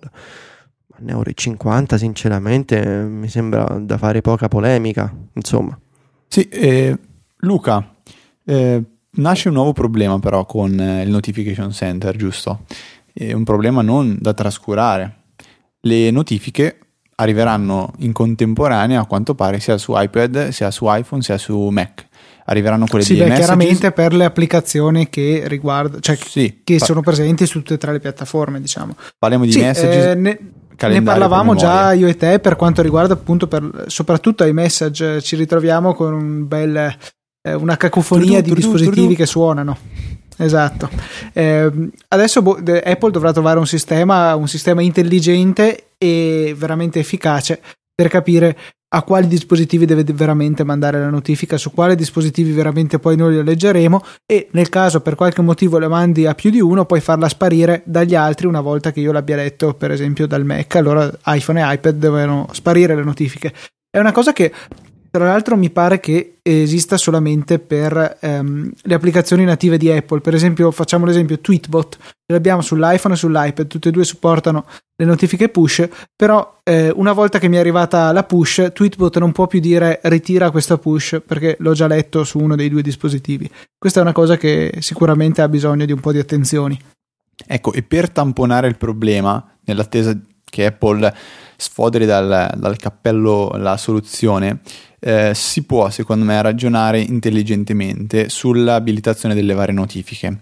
ma un euro e cinquanta sinceramente mi sembra da fare poca polemica, insomma. Sì, eh, Luca, eh, nasce un nuovo problema però con eh, il Notification Center, giusto? È un problema non da trascurare. Le notifiche arriveranno in contemporanea, a quanto pare, sia su iPad, sia su iPhone, sia su Mac. Arriveranno quelle sì, di beh, iMessages. chiaramente per le applicazioni che riguardano, cioè sì, che pa- sono presenti su tutte e tre le piattaforme, diciamo. Parliamo di sì, Messages. Eh, ne, ne parlavamo già io e te per quanto riguarda appunto per, soprattutto ai message, ci ritroviamo con un bel eh, una cacofonia di dispositivi che suonano. Esatto. Eh, adesso boh, Apple dovrà trovare un sistema, un sistema intelligente e veramente efficace per capire a quali dispositivi deve veramente mandare la notifica, su quali dispositivi veramente poi noi le leggeremo, e nel caso per qualche motivo le mandi a più di uno puoi farla sparire dagli altri una volta che io l'abbia letto per esempio dal Mac, allora iPhone e iPad devono sparire le notifiche. È una cosa che tra l'altro mi pare che esista solamente per ehm, le applicazioni native di Apple. Per esempio, facciamo l'esempio Tweetbot, ce l'abbiamo sull'iPhone e sull'iPad, tutte e due supportano le notifiche push, però eh, una volta che mi è arrivata la push, Tweetbot non può più dire ritira questa push perché l'ho già letto su uno dei due dispositivi. Questa è una cosa che sicuramente ha bisogno di un po' di attenzioni. Ecco, e per tamponare il problema, nell'attesa che Apple sfoderi dal, dal cappello la soluzione, eh, si può secondo me ragionare intelligentemente sull'abilitazione delle varie notifiche.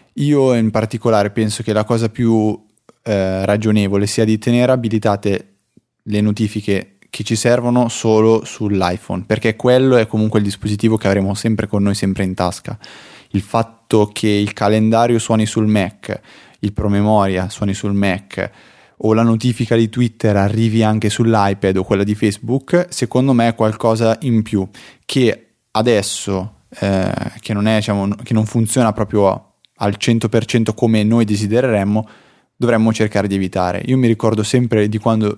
Io in particolare penso che la cosa più eh, ragionevole sia di tenere abilitate le notifiche che ci servono solo sull'iPhone, perché quello è comunque il dispositivo che avremo sempre con noi, sempre in tasca. Il fatto che il calendario suoni sul Mac, il promemoria suoni sul Mac, o la notifica di Twitter arrivi anche sull'iPad o quella di Facebook, secondo me è qualcosa in più che adesso eh, che non è, diciamo, che non funziona proprio al cento per cento come noi desidereremmo, dovremmo cercare di evitare. Io mi ricordo sempre di quando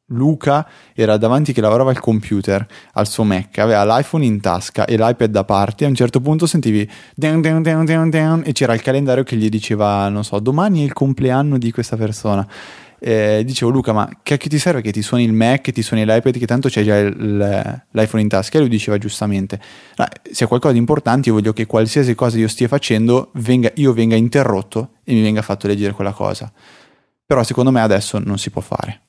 Luca era davanti che lavorava al computer, al suo Mac, aveva l'iPhone in tasca e l'iPad da parte, a un certo punto sentivi down, down, down, down, down, e c'era il calendario che gli diceva, non so, domani è il compleanno di questa persona. Eh, dicevo, Luca, ma che, che ti serve che ti suoni il Mac, che ti suoni l'iPad, che tanto c'è già il, l'iPhone in tasca? E lui diceva giustamente, no, se è qualcosa di importante io voglio che qualsiasi cosa io stia facendo venga, io venga interrotto e mi venga fatto leggere quella cosa. Però secondo me adesso non si può fare.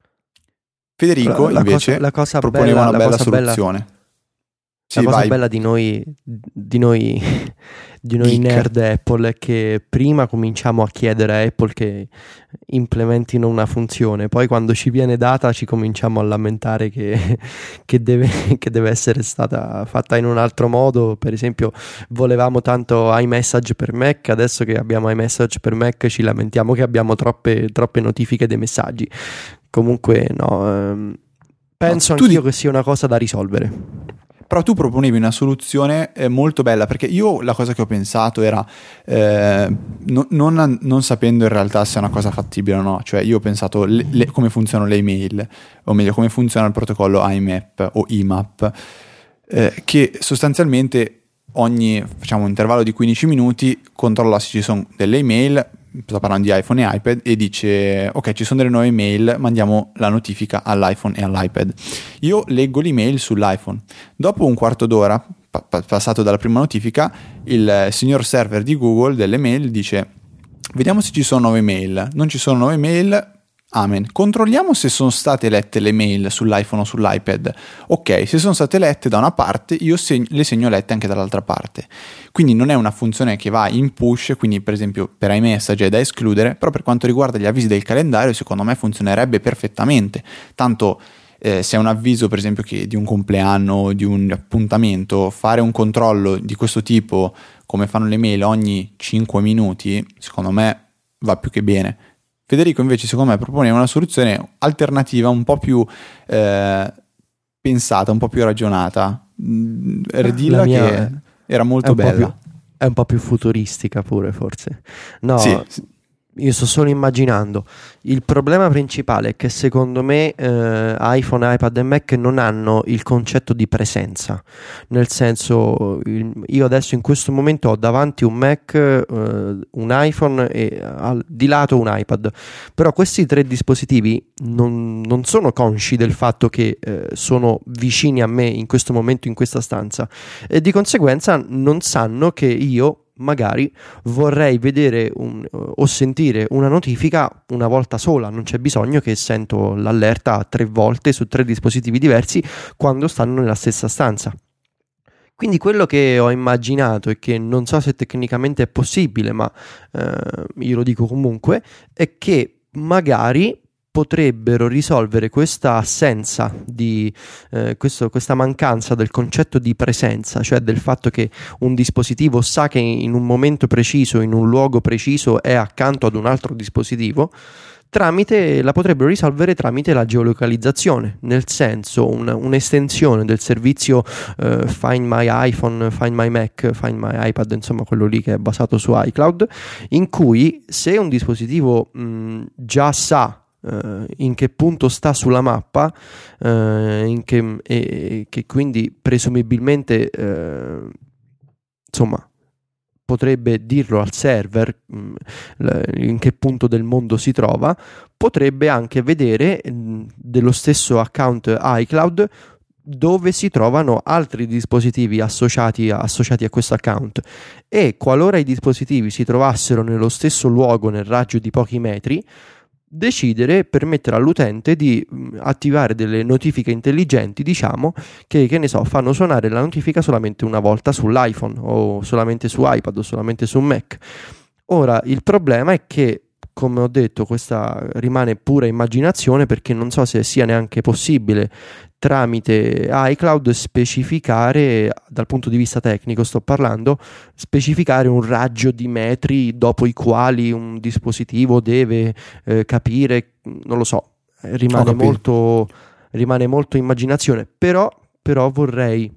Federico la, la invece cosa, la cosa proponeva bella, una bella soluzione. Bella. Sì, la cosa vai. bella di noi, di noi, di noi nerd Apple è che prima cominciamo a chiedere a Apple che implementino una funzione, poi quando ci viene data ci cominciamo a lamentare che, che, deve, che deve essere stata fatta in un altro modo. Per esempio, volevamo tanto iMessage per Mac, adesso che abbiamo iMessage per Mac ci lamentiamo che abbiamo troppe, troppe notifiche dei messaggi. Comunque no, ehm, penso no, anch'io di... che sia una cosa da risolvere. Però tu proponevi una soluzione eh, molto bella, perché io la cosa che ho pensato era eh, no, non, non sapendo in realtà se è una cosa fattibile o no, cioè io ho pensato le, le, come funzionano le email, o meglio come funziona il protocollo I M A P o I M A P, eh, che sostanzialmente ogni, facciamo un intervallo di quindici minuti controlla se ci sono delle email, sto parlando di iPhone e iPad, e dice ok, ci sono delle nuove email, mandiamo la notifica all'iPhone e all'iPad. Io leggo l'email sull'iPhone, dopo un quarto d'ora pa- passato dalla prima notifica, il signor server di Google delle mail dice vediamo se ci sono nuove mail, non ci sono nuove mail, amen, controlliamo se sono state lette le mail sull'iPhone o sull'iPad. Ok, se sono state lette da una parte, io seg- le segno lette anche dall'altra parte. Quindi non è una funzione che va in push, quindi per esempio per iMessage è da escludere, però per quanto riguarda gli avvisi del calendario secondo me funzionerebbe perfettamente. Tanto eh, se è un avviso per esempio che di un compleanno, di un appuntamento, fare un controllo di questo tipo come fanno le mail ogni cinque minuti, secondo me va più che bene. Federico invece secondo me proponeva una soluzione alternativa un po' più eh, pensata, un po' più ragionata. mh, Redilla mia che è, era molto è bella. Più, è un po' più futuristica pure, forse. No, Sì. io sto solo immaginando. Il problema principale è che secondo me eh, iPhone, iPad e Mac non hanno il concetto di presenza. Nel senso, il, io adesso in questo momento ho davanti un Mac, eh, un iPhone e al, di lato un iPad. Però questi tre dispositivi non, non sono consci del fatto che eh, sono vicini a me in questo momento in questa stanza, e di conseguenza non sanno che io magari vorrei vedere un, o sentire una notifica una volta sola. Non c'è bisogno che sento l'allerta tre volte su tre dispositivi diversi quando stanno nella stessa stanza. Quindi quello che ho immaginato, e che non so se tecnicamente è possibile, ma eh, io lo dico comunque, è che magari potrebbero risolvere questa assenza di eh, questo, questa mancanza del concetto di presenza, cioè del fatto che un dispositivo sa che in un momento preciso, in un luogo preciso è accanto ad un altro dispositivo, tramite la potrebbero risolvere tramite la geolocalizzazione, nel senso un, un'estensione del servizio eh, Find My iPhone, Find My Mac, Find My iPad, insomma quello lì che è basato su iCloud, in cui se un dispositivo mh, già sa Uh, in che punto sta sulla mappa, uh, in che, e, che quindi presumibilmente uh, insomma potrebbe dirlo al server mh, in che punto del mondo si trova, potrebbe anche vedere mh, dello stesso account iCloud dove si trovano altri dispositivi associati a, associati a questo account, e qualora i dispositivi si trovassero nello stesso luogo nel raggio di pochi metri, decidere, permettere all'utente di mh, attivare delle notifiche intelligenti, diciamo, che, che ne so, fanno suonare la notifica solamente una volta sull'iPhone o solamente su iPad o solamente su Mac. Ora, il problema è che, come ho detto, questa rimane pura immaginazione, perché non so se sia neanche possibile tramite iCloud specificare, dal punto di vista tecnico sto parlando, specificare un raggio di metri dopo i quali un dispositivo deve eh, capire, non lo so, rimane molto, rimane molto immaginazione, però, però vorrei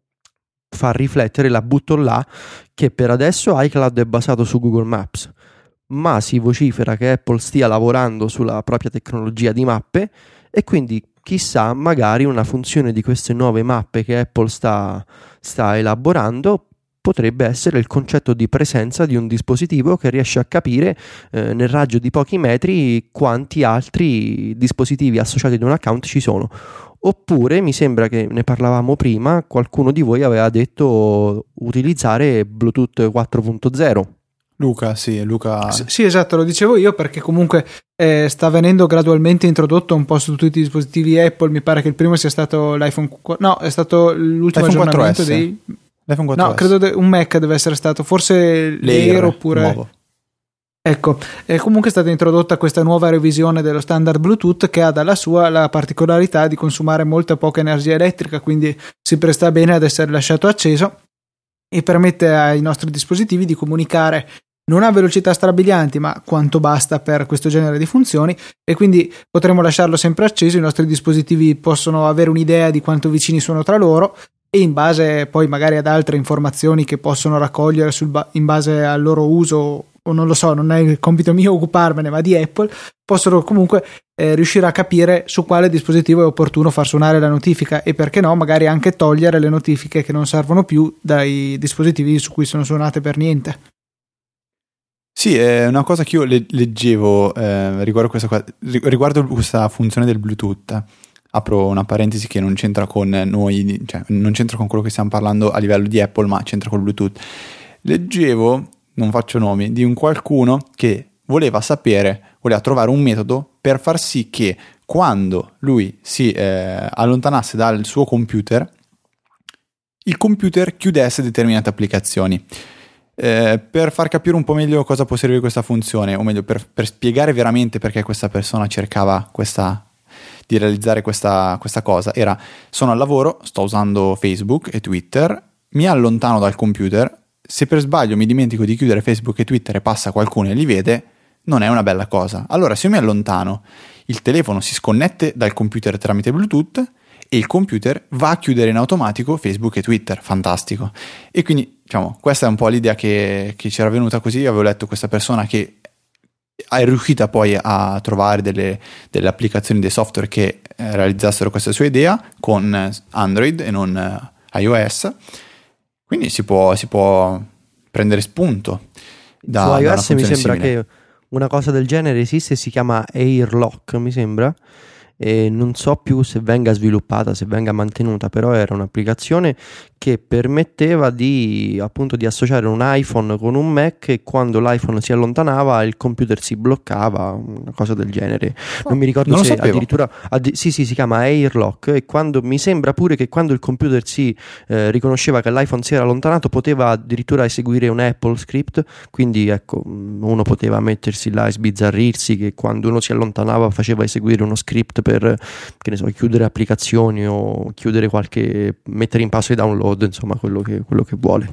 far riflettere, la butto là, che per adesso iCloud è basato su Google Maps, ma si vocifera che Apple stia lavorando sulla propria tecnologia di mappe, e quindi chissà, magari una funzione di queste nuove mappe che Apple sta, sta elaborando potrebbe essere il concetto di presenza di un dispositivo che riesce a capire eh, nel raggio di pochi metri quanti altri dispositivi associati ad un account ci sono. Oppure, mi sembra che ne parlavamo prima, qualcuno di voi aveva detto utilizzare Bluetooth quattro punto zero. Luca, sì, Luca. S- sì, esatto, lo dicevo io, perché comunque eh, sta venendo gradualmente introdotto un po' su tutti i dispositivi Apple. Mi pare che il primo sia stato l'iPhone, no, è stato l'ultimo L'iPhone aggiornamento quattro S. dei L'iPhone quattro S. No, credo de- un Mac deve essere stato, forse l'Air oppure nuovo. Ecco, e comunque è stata introdotta questa nuova revisione dello standard Bluetooth, che ha dalla sua la particolarità di consumare molta poca energia elettrica, quindi si presta bene ad essere lasciato acceso e permette ai nostri dispositivi di comunicare non a velocità strabilianti, ma quanto basta per questo genere di funzioni, e quindi potremo lasciarlo sempre acceso. I nostri dispositivi possono avere un'idea di quanto vicini sono tra loro, e in base poi magari ad altre informazioni che possono raccogliere sul ba- in base al loro uso, o non lo so, non è il compito mio occuparmene, ma di Apple, possono comunque eh, riuscire a capire su quale dispositivo è opportuno far suonare la notifica, e perché no, magari anche togliere le notifiche che non servono più dai dispositivi su cui sono suonate per niente. Sì, è una cosa che io le- leggevo eh, riguardo, questa, riguardo questa funzione del Bluetooth. Apro una parentesi che non c'entra con noi, cioè non c'entra con quello che stiamo parlando a livello di Apple, ma c'entra col Bluetooth. Leggevo, non faccio nomi, di un qualcuno che voleva sapere, voleva trovare un metodo per far sì che quando lui si eh, allontanasse dal suo computer, il computer chiudesse determinate applicazioni. Eh, per far capire un po' meglio cosa può servire questa funzione, o meglio per, per spiegare veramente perché questa persona cercava questa, di realizzare questa, questa cosa, era: sono al lavoro, sto usando Facebook e Twitter, mi allontano dal computer, se per sbaglio mi dimentico di chiudere Facebook e Twitter e passa qualcuno e li vede, non è una bella cosa. Allora, se io mi allontano, il telefono si sconnette dal computer tramite Bluetooth e il computer va a chiudere in automatico Facebook e Twitter. Fantastico. E quindi, diciamo, questa è un po' l'idea che, che ci era venuta così. Io avevo letto questa persona che è riuscita poi a trovare delle, delle applicazioni, dei software che eh, realizzassero questa sua idea con Android e non eh, iOS, quindi si può, si può prendere spunto da, su da iOS. Mi sembra simile. che una cosa del genere esiste, si chiama AirLock, mi sembra, e non so più se venga sviluppata, se venga mantenuta, però era un'applicazione che permetteva di appunto di associare un iPhone con un Mac e quando l'iPhone si allontanava il computer si bloccava, una cosa del genere. Oh, non mi ricordo non lo se sapevo. addirittura addi- sì sì si chiama AirLock, e quando mi sembra pure che quando il computer si eh, riconosceva che l'iPhone si era allontanato poteva addirittura eseguire un Apple script, quindi ecco, uno poteva mettersi là e sbizzarrirsi che quando uno si allontanava faceva eseguire uno script per, che ne so, chiudere applicazioni o chiudere qualche, mettere in passo i download, insomma quello che, quello che vuole.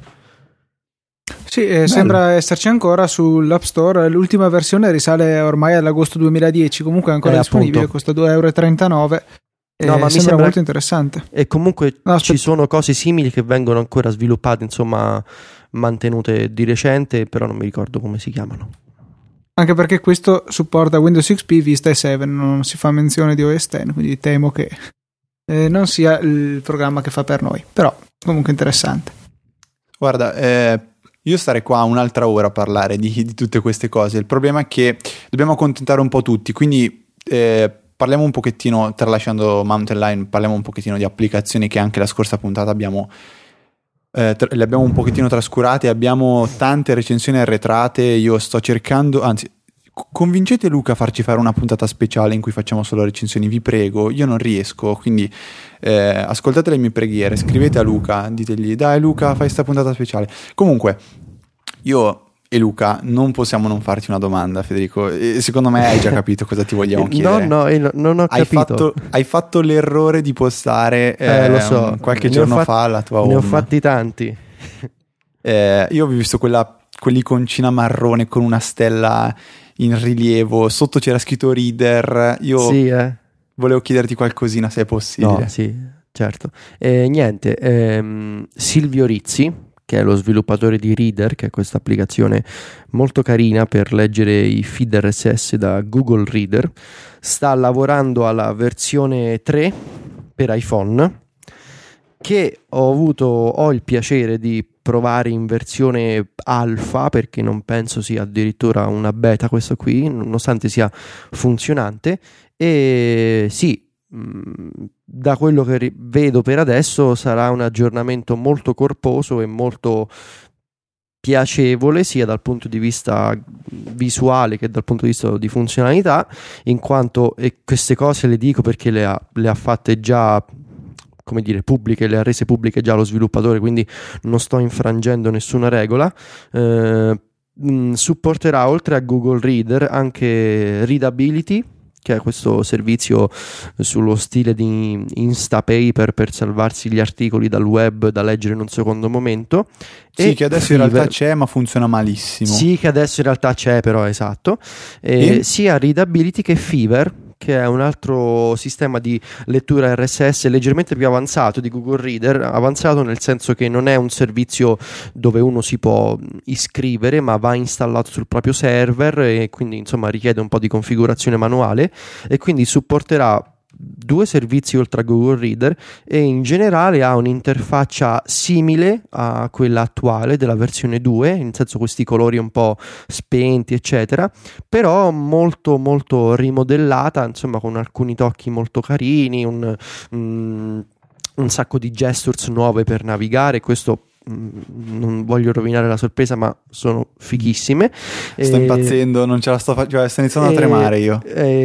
Sì, eh, sembra esserci ancora sull'App Store. L'ultima versione risale ormai all'agosto duemiladieci, comunque è ancora Eh, disponibile, appunto. costa due e trentanove euro. Eh, No, ma mi sembra sembra molto interessante. E comunque No, ci aspetta. sono cose simili che vengono ancora sviluppate, insomma mantenute di recente, però non mi ricordo come si chiamano. Anche perché questo supporta Windows X P, Vista e sette, non si fa menzione di O S X, quindi temo che eh, non sia il programma che fa per noi, però comunque interessante. Guarda, eh, io starei qua un'altra ora a parlare di, di tutte queste cose. Il problema è che dobbiamo accontentare un po' tutti, quindi eh, parliamo un pochettino, tralasciando Mountain Lion, parliamo un pochettino di applicazioni che anche la scorsa puntata abbiamo eh, tra- le abbiamo un pochettino trascurate. Abbiamo tante recensioni arretrate. Io sto cercando, anzi, co- convincete Luca a farci fare una puntata speciale in cui facciamo solo recensioni, vi prego. Io non riesco, quindi eh, ascoltate le mie preghiere, scrivete a Luca, ditegli dai Luca, fai sta puntata speciale. Comunque io e Luca non possiamo non farti una domanda, Federico, e secondo me hai già capito cosa ti vogliamo chiedere. No, no, io no- non ho Hai capito. fatto, hai fatto l'errore di postare Eh, lo ehm, so. qualche Ne ho giorno fat- fa la tua Ne ho home. fatti tanti. Eh, io ho visto quella, quell'iconcina marrone con una stella in rilievo, sotto c'era scritto Reader. Io Sì, eh. volevo chiederti qualcosina se è possibile. No, sì, certo. E niente, ehm, Silvio Rizzi, che è lo sviluppatore di Reader, che è questa applicazione molto carina per leggere i feed R S S da Google Reader, sta lavorando alla versione tre per iPhone, che ho avuto ho il piacere di provare in versione alfa, perché non penso sia addirittura una beta questo qui, nonostante sia funzionante. E sì, mh, da quello che ri- vedo per adesso sarà un aggiornamento molto corposo e molto piacevole sia dal punto di vista visuale che dal punto di vista di funzionalità, in quanto, e queste cose le dico perché le ha, le ha fatte già, come dire, pubbliche, le ha rese pubbliche già lo sviluppatore, quindi non sto infrangendo nessuna regola. eh, mh, supporterà oltre a Google Reader anche Readability, che è questo servizio sullo stile di Instapaper per salvarsi gli articoli dal web da leggere in un secondo momento. Sì, E che adesso in Fever. realtà c'è, ma funziona malissimo. Sì, che adesso in realtà c'è, però, esatto. E E? sia Readability che Fever, che è un altro sistema di lettura R S S leggermente più avanzato di Google Reader, avanzato nel senso che non è un servizio dove uno si può iscrivere, ma va installato sul proprio server e quindi insomma richiede un po' di configurazione manuale, e quindi supporterà due servizi oltre a Google Reader e in generale ha un'interfaccia simile a quella attuale della versione due, nel senso questi colori un po' spenti eccetera, però molto molto rimodellata, insomma con alcuni tocchi molto carini, un, mm, un sacco di gestures nuove per navigare. Questo mm, non voglio rovinare la sorpresa, ma sono fighissime. Sto E- impazzendo, non ce la sto facendo, cioè, sto iniziando a e- tremare io.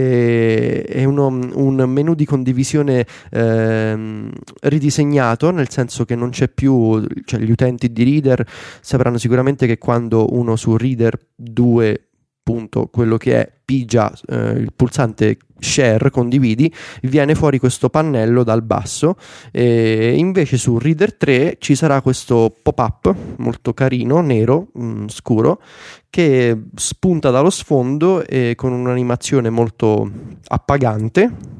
e- È uno, un menu di condivisione ehm, ridisegnato, nel senso che non c'è più, cioè gli utenti di Reader sapranno sicuramente che quando uno su Reader due, punto, quello che è, pigia eh, il pulsante share, condividi, viene fuori questo pannello dal basso, e invece su Reader tre ci sarà questo pop-up molto carino, nero, mh, scuro, che spunta dallo sfondo e con un'animazione molto appagante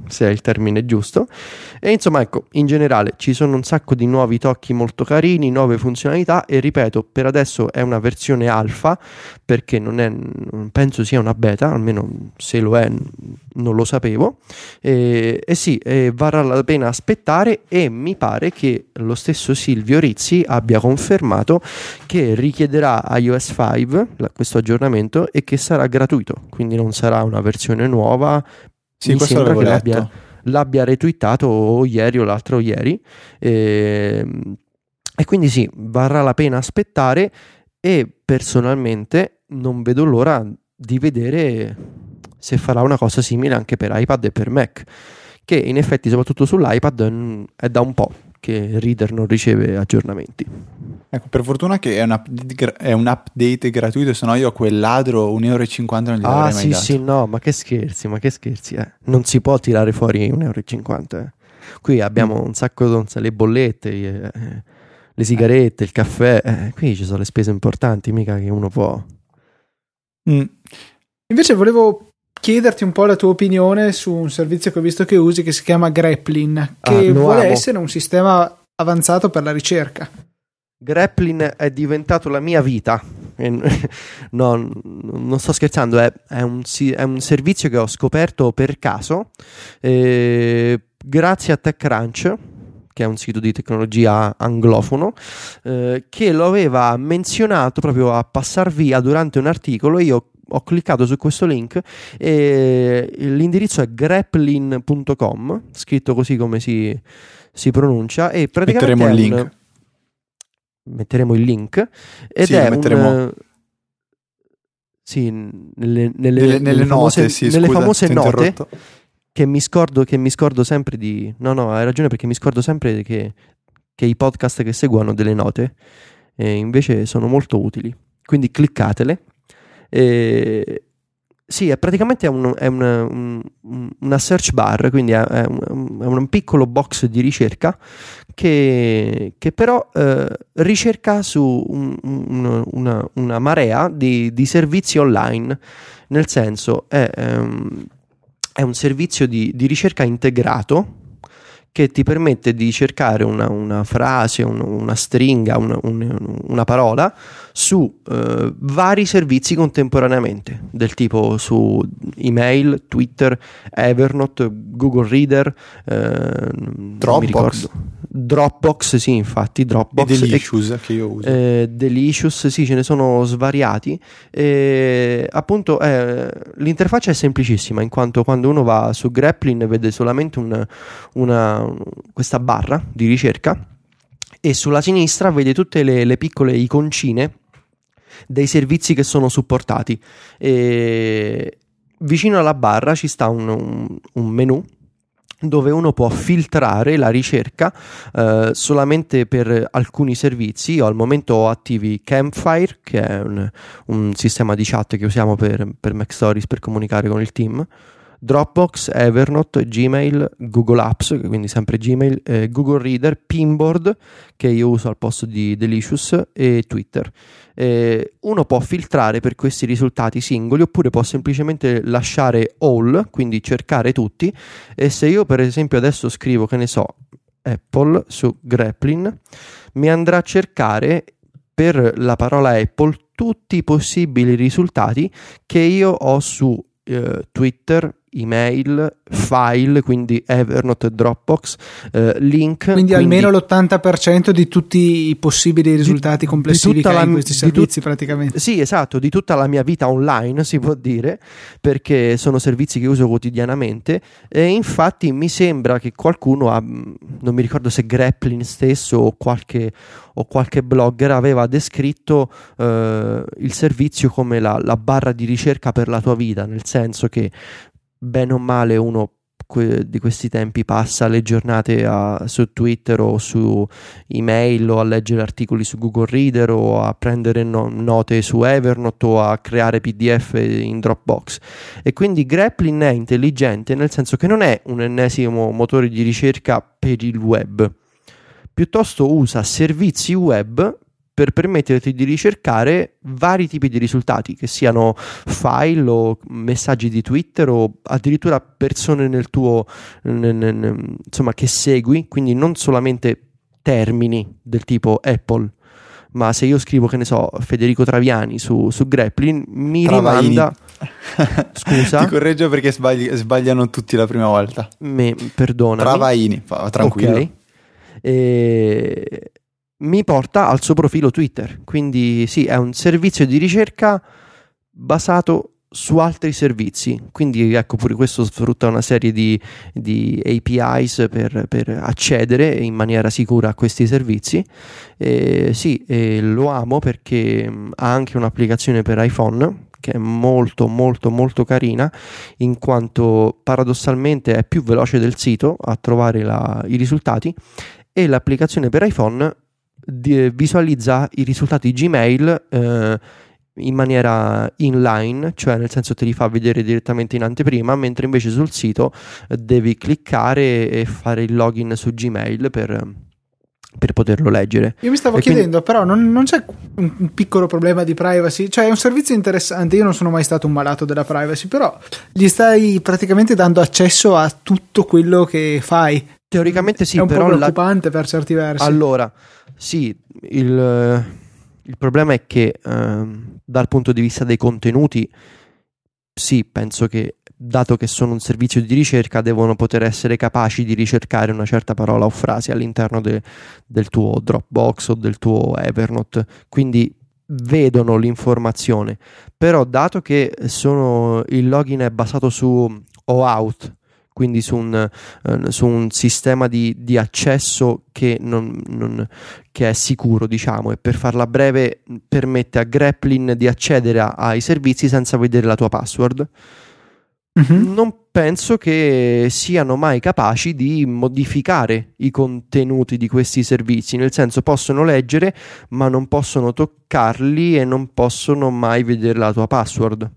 se è il termine giusto. E insomma, ecco, in generale ci sono un sacco di nuovi tocchi molto carini, nuove funzionalità, e ripeto, per adesso è una versione alfa, perché non è, non penso sia una beta, almeno se lo è non lo sapevo, e, e sì, e varrà la pena aspettare, e mi pare che lo stesso Silvio Rizzi abbia confermato che richiederà iOS cinque, questo aggiornamento, e che sarà gratuito, quindi non sarà una versione nuova. Sì, mi questo sembra l'avevo che letto. l'abbia, l'abbia retweetato o ieri o l'altro ieri, e, e quindi sì, varrà la pena aspettare, e personalmente non vedo l'ora di vedere se farà una cosa simile anche per iPad e per Mac, che in effetti soprattutto sull'iPad è da un po' che Reader non riceve aggiornamenti. Ecco, per fortuna che è un update, è un update gratuito, se no io a quel ladro un euro e cinquanta non gli avrei Ah mai sì dato. sì, no, ma che scherzi, ma che scherzi, eh. Non si può tirare fuori un euro e cinquanta, eh. Qui abbiamo un sacco di le bollette, eh, le sigarette, il caffè, eh, qui ci sono le spese importanti, mica che uno può. Mm. Invece volevo chiederti un po' la tua opinione su un servizio che ho visto che usi, che si chiama Graplin, che Ah, lo vuole amo. essere un sistema avanzato per la ricerca. Graplin è diventato la mia vita. E no, non sto scherzando, è, è, un, si- è un servizio che ho scoperto per caso, eh, grazie a TechCrunch, che è un sito di tecnologia anglofono, eh, che lo aveva menzionato proprio a passar via durante un articolo. Io ho cliccato su questo link e l'indirizzo è graplin punto com, scritto così come si, si pronuncia, e praticamente Metteremo il è un- link. metteremo il link ed Sì, è lo metteremo. un sì, nelle, nelle, Nelle, nelle nelle famose, note, sì, nelle scusa, famose ti ho note interrotto. che mi scordo che mi scordo sempre di no no hai ragione, perché mi scordo sempre che, che i podcast che seguo hanno delle note, e invece sono molto utili, quindi cliccatele. E sì, è praticamente un, è una, un- una search bar, quindi è, è un, è un piccolo box di ricerca che, che però eh, ricerca su un- un- una, una marea di, di servizi online, nel senso è, ehm, è un servizio di, di ricerca integrato che ti permette di cercare una, una frase, un- una stringa, un- un- una parola su eh, vari servizi contemporaneamente, del tipo su email, Twitter, Evernote, Google Reader, eh, non mi Dropbox. ricordo. Dropbox, sì, infatti, E Dropbox. Delicious che io uso. Eh, Delicious, sì, ce ne sono svariati. E appunto eh, l'interfaccia è semplicissima, in quanto quando uno va su Graplin vede solamente un- una, questa barra di ricerca, e sulla sinistra vede tutte le, le piccole iconcine dei servizi che sono supportati, e vicino alla barra ci sta un, un, un menu dove uno può filtrare la ricerca eh, solamente per alcuni servizi. Io al momento ho attivi Campfire, che è un, un sistema di chat che usiamo per, per Mac Stories per comunicare con il team, Dropbox, Evernote, Gmail, Google Apps, quindi sempre Gmail, eh, Google Reader, Pinboard, che io uso al posto di Delicious, e Twitter. Eh, uno può filtrare per questi risultati singoli, oppure può semplicemente lasciare all, quindi cercare tutti. E se io per esempio adesso scrivo, che ne so, Apple su Graplin, mi andrà a cercare per la parola Apple tutti i possibili risultati che io ho su eh, Twitter, email, file, quindi Evernote, Dropbox, eh, link. Quindi, almeno l'ottanta per cento di tutti i possibili risultati di complessivi tutta che la- hai in questi di servizi, tut- praticamente. Sì, esatto, di tutta la mia vita online, si può dire, perché sono servizi che uso quotidianamente. E infatti mi sembra che qualcuno ha, non mi ricordo se Graplin stesso o qualche, o qualche blogger aveva descritto eh, il servizio come la, la barra di ricerca per la tua vita, nel senso che bene o male uno que- di questi tempi passa le giornate a- su Twitter o su email, o a leggere articoli su Google Reader, o a prendere no- note su Evernote, o a creare P D F in Dropbox. E quindi Graplin è intelligente, nel senso che non è un ennesimo motore di ricerca per il web, piuttosto usa servizi web per permetterti di ricercare vari tipi di risultati, che siano file o messaggi di Twitter o addirittura persone nel tuo nel, nel, insomma, che segui, quindi non solamente termini del tipo Apple, ma se io scrivo, che ne so, Federico Traviani su, su Grappling, mi Travaini. rimanda. Scusa, ti correggio perché sbagli, sbagliano tutti la prima volta. Me, perdonami. Travaini, fa- tranquillo. Ok. E mi porta al suo profilo Twitter, quindi sì, è un servizio di ricerca basato su altri servizi, quindi ecco, pure questo sfrutta una serie di, di A P Is per, per accedere in maniera sicura a questi servizi. E sì, e lo amo perché ha anche un'applicazione per iPhone che è molto molto molto carina, in quanto paradossalmente è più veloce del sito a trovare la, i risultati, e l'applicazione per iPhone di, visualizza i risultati Gmail eh, in maniera inline, cioè nel senso te li fa vedere direttamente in anteprima, mentre invece sul sito devi cliccare e fare il login su Gmail per, per poterlo leggere. Io mi stavo e chiedendo, quindi... però non, non c'è un, un piccolo problema di privacy? Cioè è un servizio interessante, io non sono mai stato un malato della privacy, però gli stai praticamente dando accesso a tutto quello che fai. Teoricamente sì, è un però po' preoccupante la... per certi versi. Allora, sì, il, il problema è che ehm, dal punto di vista dei contenuti, sì, penso che, dato che sono un servizio di ricerca, devono poter essere capaci di ricercare una certa parola o frase all'interno de, del tuo Dropbox o del tuo Evernote, quindi vedono l'informazione. Però dato che sono, il login è basato su OAuth, quindi su un, eh, su un sistema di, di accesso che, non, non, che è sicuro, diciamo, e per farla breve permette a Grappling di accedere a, ai servizi senza vedere la tua password. Mm-hmm. Non penso che siano mai capaci di modificare i contenuti di questi servizi, nel senso possono leggere ma non possono toccarli e non possono mai vedere la tua password.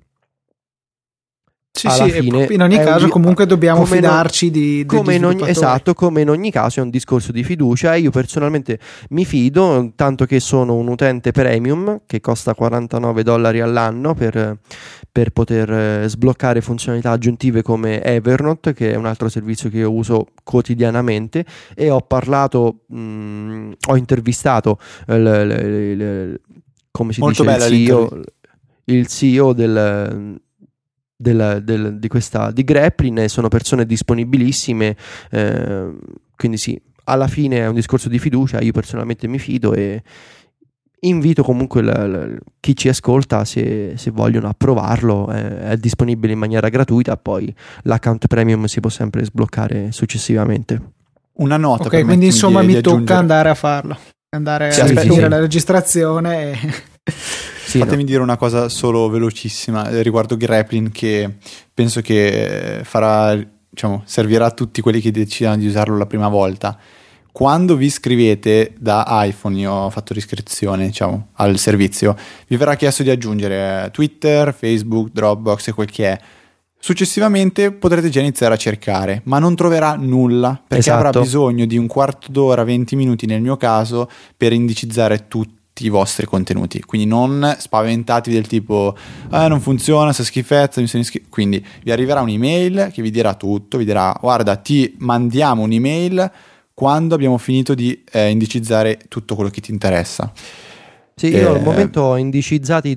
Sì, sì, fine in ogni caso un, comunque dobbiamo fidarci non, di, come in ogni, esatto, come in ogni caso è un discorso di fiducia. Io personalmente mi fido, tanto che sono un utente premium che costa quarantanove dollari all'anno per, per poter sbloccare funzionalità aggiuntive come Evernote, che è un altro servizio che io uso quotidianamente, e ho parlato mh, ho intervistato il, il, il, come si Molto dice bella il C E O, il C E O del Del, del, di questa di Grappling, e sono persone disponibilissime, eh, quindi sì, alla fine è un discorso di fiducia. Io personalmente mi fido e invito comunque la, la, chi ci ascolta, se, se vogliono, a provarlo. È, è disponibile in maniera gratuita, poi l'account premium si può sempre sbloccare successivamente. Una nota, ok, quindi insomma di, mi di tocca andare a farlo, andare sì, a finire sì, sì. la registrazione e... Sì, Fatemi no. dire una cosa solo velocissima riguardo Grappling, che penso che farà, diciamo, servirà a tutti quelli che decidono di usarlo la prima volta. Quando vi iscrivete da iPhone, io ho fatto l'iscrizione, diciamo, al servizio, vi verrà chiesto di aggiungere Twitter, Facebook, Dropbox e quel che è. Successivamente potrete già iniziare a cercare, ma non troverà nulla, perché esatto. avrà bisogno di un quarto d'ora, venti minuti nel mio caso, per indicizzare tutto i vostri contenuti. Quindi non spaventatevi del tipo eh, non funziona, sta schifezza, mi sono iscritto. Quindi vi arriverà un'email che vi dirà tutto, vi dirà guarda, ti mandiamo un'email quando abbiamo finito di eh, indicizzare tutto quello che ti interessa. Sì, io eh, al momento ho indicizzati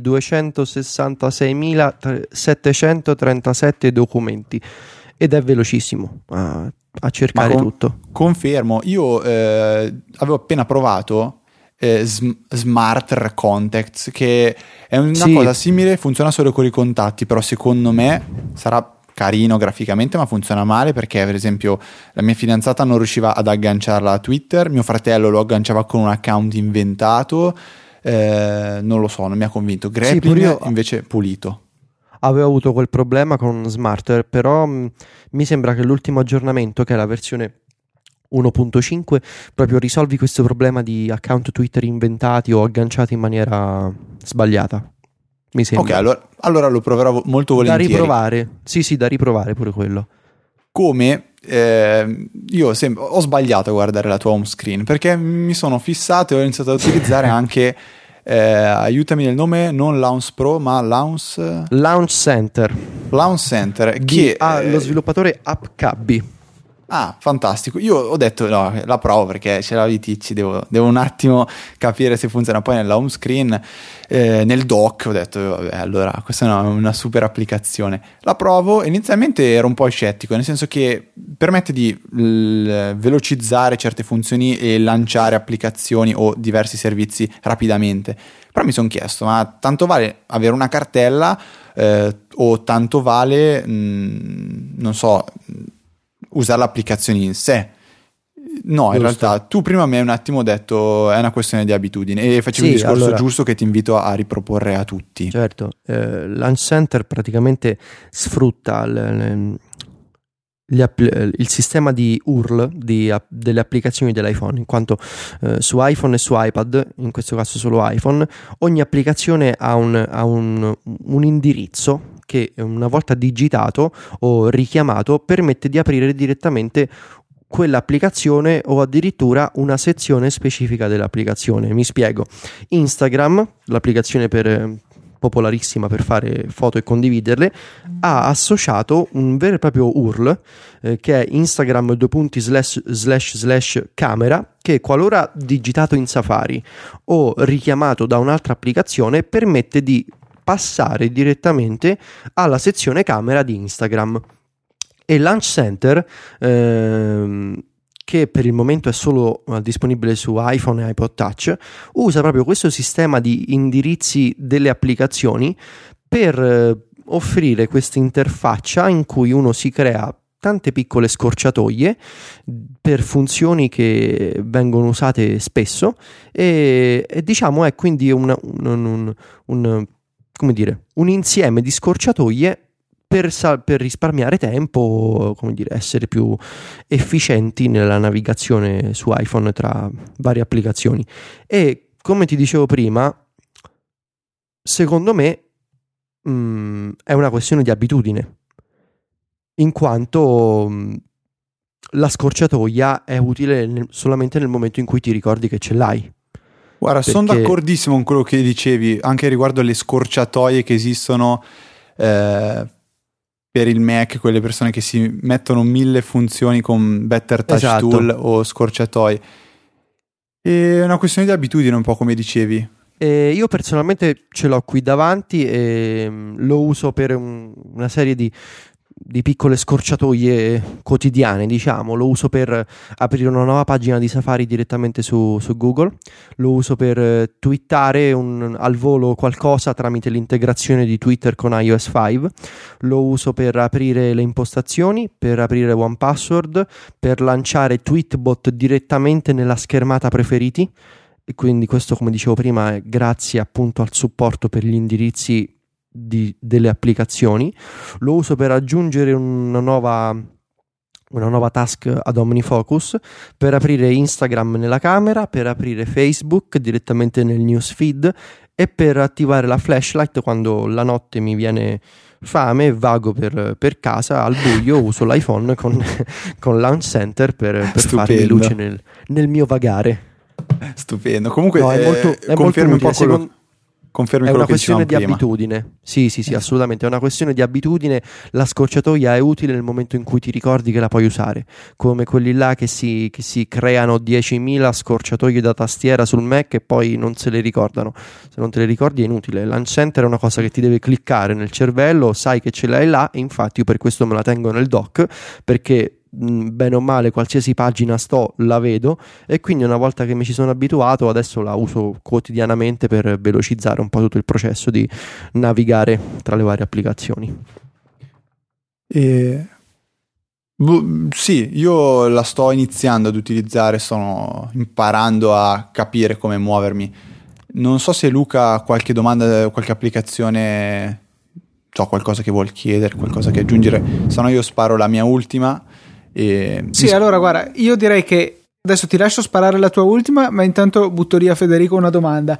duecentosessantaseiemilasettecentotrentasette documenti ed è velocissimo a, a cercare con, tutto. Confermo, io eh, avevo appena provato Eh, Smart Contacts, che è una sì. cosa simile, funziona solo con i contatti, però secondo me sarà carino graficamente, ma funziona male perché per esempio la mia fidanzata non riusciva ad agganciarla a Twitter, mio fratello lo agganciava con un account inventato, eh, non lo so, non mi ha convinto. Grappling sì, io... invece pulito. Avevo avuto quel problema con Smart, però mh, mi sembra che l'ultimo aggiornamento, che è la versione uno punto cinque, proprio risolvi questo problema di account Twitter inventati o agganciati in maniera sbagliata, mi sembra. Ok, allora, allora lo proverò molto volentieri. Da riprovare, sì sì, da riprovare pure quello. Come eh, io sem- ho sbagliato a guardare la tua home screen, perché mi sono fissato e ho iniziato ad utilizzare anche eh, aiutami nel nome, non Launch Pro ma Launch Launch Center Launch Center di, che ah, eh, lo sviluppatore AppCabby. Ah, fantastico. Io ho detto no, la provo perché ce l'avevi Ticci, devo, devo un attimo capire se funziona. Poi nella home screen, eh, nel dock, ho detto vabbè, allora questa è una, una super applicazione. La provo e inizialmente ero un po' scettico, nel senso che permette di l- velocizzare certe funzioni e lanciare applicazioni o diversi servizi rapidamente. Però mi sono chiesto, ma tanto vale avere una cartella eh, o tanto vale, mh, non so... usare l'applicazione in sé? No, in Giusto. realtà tu prima mi hai un attimo detto è una questione di abitudine e facevi Sì, un discorso allora, giusto che ti invito a riproporre a tutti. certo, eh, Launch Center praticamente sfrutta l- l- gli app- il sistema di U R L di, app- delle applicazioni dell'iPhone, in quanto eh, su iPhone e su iPad, in questo caso solo iPhone, ogni applicazione ha un, ha un, un indirizzo che una volta digitato o richiamato permette di aprire direttamente quell'applicazione o addirittura una sezione specifica dell'applicazione. Mi spiego. Instagram, l'applicazione per, popolarissima per fare foto e condividerle, ha associato un vero e proprio U R L eh, che è Instagram due punti slash slash slash camera, che qualora digitato in Safari o richiamato da un'altra applicazione permette di passare direttamente alla sezione camera di Instagram. E Launch Center, ehm, che per il momento è solo eh, disponibile su iPhone e iPod Touch, usa proprio questo sistema di indirizzi delle applicazioni per eh, offrire questa interfaccia in cui uno si crea tante piccole scorciatoie per funzioni che vengono usate spesso e, e diciamo è quindi un, un, un, un come dire, un insieme di scorciatoie per, sal- per risparmiare tempo, come dire, essere più efficienti nella navigazione su iPhone tra varie applicazioni. E come ti dicevo prima, secondo me mh, è una questione di abitudine, in quanto mh, la scorciatoia è utile nel- solamente nel momento in cui ti ricordi che ce l'hai. Guarda, Perché... sono d'accordissimo con quello che dicevi, anche riguardo alle scorciatoie che esistono eh, per il Mac, quelle persone che si mettono mille funzioni con Better Touch Esatto. Tool o scorciatoie. È una questione di abitudine, un po' come dicevi. E io personalmente ce l'ho qui davanti e mh, lo uso per un- una serie di, di piccole scorciatoie quotidiane, diciamo. Lo uso per aprire una nuova pagina di Safari direttamente su, su Google, lo uso per eh, twittare un- al volo qualcosa tramite l'integrazione di Twitter con i O S cinque, lo uso per aprire le impostazioni, per aprire One Password, per lanciare Tweetbot direttamente nella schermata preferiti. E quindi questo, come dicevo prima, è grazie appunto al supporto per gli indirizzi di, delle applicazioni. Lo uso per aggiungere una nuova, una nuova task ad OmniFocus, per aprire Instagram nella camera, per aprire Facebook direttamente nel newsfeed e per attivare la flashlight quando la notte mi viene fame e vago per, per casa al buio. Uso l'iPhone con, con Launch Center per, per farmi luce nel, nel mio vagare. Stupendo. Comunque No, è eh, molto, è confermi molto un po' utile. quello, Secondo- confermi è quello una che questione dicevamo di prima. abitudine. Sì, sì, sì, assolutamente. È una questione di abitudine. La scorciatoia è utile nel momento in cui ti ricordi che la puoi usare. Come quelli là che si, che si creano diecimila scorciatoie da tastiera sul Mac e poi non se le ricordano. Se non te le ricordi è inutile. Launch Center è una cosa che ti deve cliccare nel cervello, sai che ce l'hai là, e infatti io per questo me la tengo nel dock, perché bene o male qualsiasi pagina sto la vedo, e quindi una volta che mi ci sono abituato adesso la uso quotidianamente per velocizzare un po' tutto il processo di navigare tra le varie applicazioni. E... boh, sì, io la sto iniziando ad utilizzare, sto imparando a capire come muovermi. Non so se Luca ha qualche domanda, qualche applicazione, so, qualcosa che vuol chiedere, qualcosa che aggiungere, se no io sparo la mia ultima. E... Sì, allora guarda, io direi che adesso ti lascio sparare la tua ultima, ma intanto butto lì a Federico una domanda.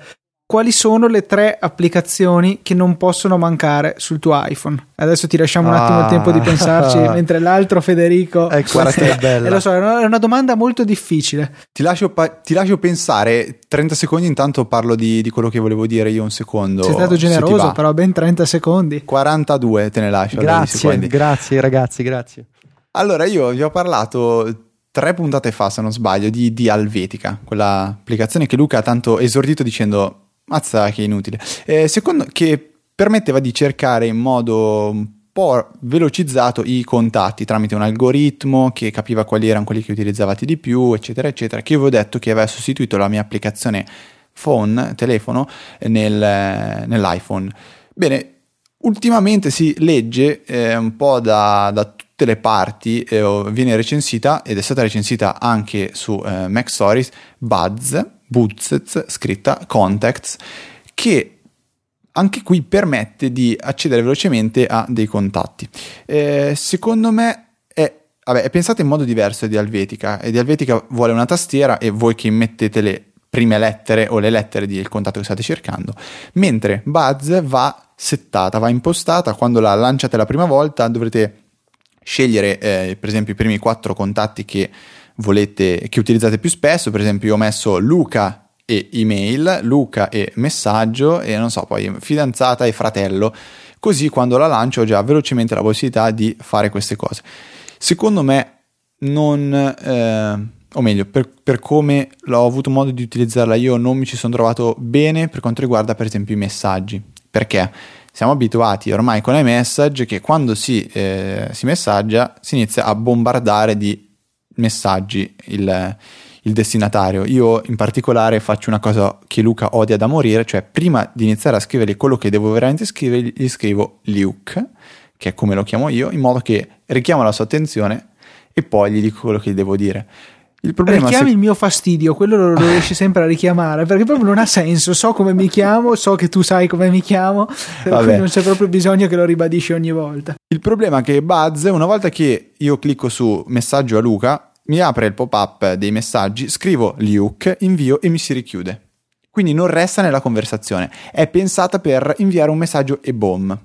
quali sono le tre applicazioni che non possono mancare sul tuo iPhone? Adesso ti lasciamo un attimo Ah. il tempo di pensarci, mentre l'altro Federico... Ecco, guarda che bella. Eh, lo so, è una, è una domanda molto difficile. Ti lascio, pa- ti lascio pensare trenta secondi, intanto parlo di, di quello che volevo dire io un secondo. Sei stato se ti generoso, va. però ben trenta secondi. quarantadue te ne lascio. allora, di Grazie, secondi. grazie ragazzi, grazie. Allora, io vi ho parlato tre puntate fa, se non sbaglio, di, di Alvetica, quella applicazione che Luca ha tanto esordito dicendo mazza che inutile, eh, secondo che permetteva di cercare in modo un po' velocizzato i contatti tramite un algoritmo che capiva quali erano quelli che utilizzavate di più, eccetera eccetera, che io avevo detto che aveva sostituito la mia applicazione phone, telefono, nel, nell'iPhone. Bene, ultimamente si legge eh, un po' da, da tutte le parti, eh, viene recensita ed è stata recensita anche su eh, Mac Stories Buzz, Buzz, scritta Contacts, che anche qui permette di accedere velocemente a dei contatti. Eh, secondo me è, vabbè, è pensata in modo diverso di Alvetica, e di Alvetica vuole una tastiera e voi che mettete le prime lettere o le lettere del contatto che state cercando, mentre Buzz va settata, va impostata. Quando la lanciate la prima volta dovrete scegliere eh, per esempio i primi quattro contatti che volete, che utilizzate più spesso. Per esempio io ho messo Luca e email, Luca e messaggio, e non so, poi fidanzata e fratello, così quando la lancio ho già velocemente la possibilità di fare queste cose. Secondo me non eh, o meglio, per, per come l'ho avuto modo di utilizzarla io, non mi ci sono trovato bene per quanto riguarda per esempio i messaggi, perché siamo abituati ormai con iMessage che quando si, eh, si messaggia si inizia a bombardare di messaggi il, il destinatario. Io in particolare faccio una cosa che Luca odia da morire, cioè prima di iniziare a scrivergli quello che devo veramente scrivere gli scrivo Luke, che è come lo chiamo io, in modo che richiamo la sua attenzione e poi gli dico quello che gli devo dire. Il problema Richiami se... il mio fastidio, quello lo, lo riesci sempre a richiamare, perché proprio non ha senso. So come mi chiamo, so che tu sai come mi chiamo, per cui non c'è proprio bisogno che lo ribadisci ogni volta. Il problema è che Buzz, una volta che io clicco su messaggio a Luca, mi apre il pop-up dei messaggi, scrivo Luke, invio e mi si richiude. Quindi non resta nella conversazione. È pensata per inviare un messaggio e boom.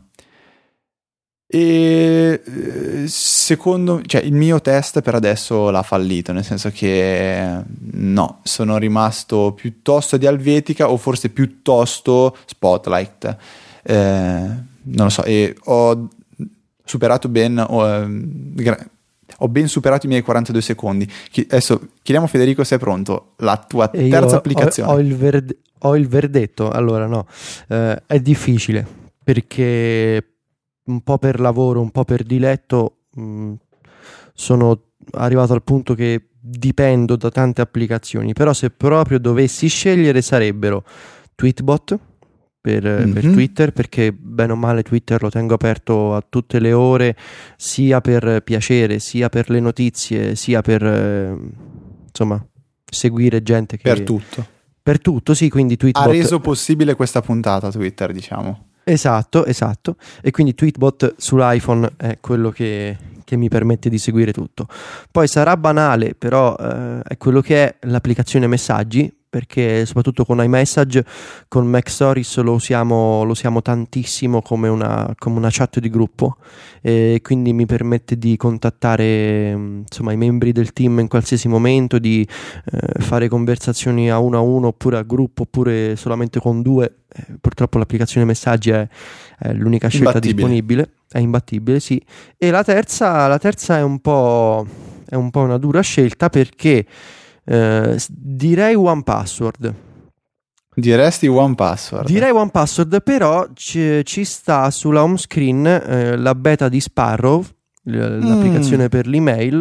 E secondo, cioè il mio test per adesso l'ha fallito, nel senso che no, sono rimasto piuttosto di Alvetica o forse piuttosto Spotlight, eh, non lo so, e ho superato ben ho, gra- ho ben superato i miei quarantadue secondi. Adesso chiediamo a Federico se è pronto, la tua E terza io applicazione. ho, ho, il verde- ho il verdetto. Allora no, eh, è difficile perché un po' per lavoro, un po' per diletto, mh, sono arrivato al punto che dipendo da tante applicazioni, però se proprio dovessi scegliere sarebbero Tweetbot per, mm-hmm. per Twitter, perché bene o male Twitter lo tengo aperto a tutte le ore, sia per piacere, sia per le notizie, sia per eh, insomma seguire gente che... Per tutto. Per tutto, sì, quindi Tweetbot... Ha reso possibile questa puntata Twitter, diciamo. Esatto, esatto. E quindi Tweetbot sull'iPhone è quello che, che mi permette di seguire tutto. Poi sarà banale, però eh, è quello che è l'applicazione messaggi, perché soprattutto con iMessage, con Mac Stories lo usiamo, lo usiamo tantissimo come una, come una chat di gruppo, e quindi mi permette di contattare insomma i membri del team in qualsiasi momento, di eh, fare conversazioni a uno a uno oppure a gruppo oppure solamente con due. Eh, purtroppo l'applicazione messaggi è, è l'unica scelta imbattibile. disponibile, è imbattibile, sì. E la terza, la terza è un po' è un po' una dura scelta, perché Uh, direi One Password. Diresti One Password? Direi One Password, però c- ci sta sulla home screen uh, la beta di Sparrow, l- mm. l'applicazione per l'email,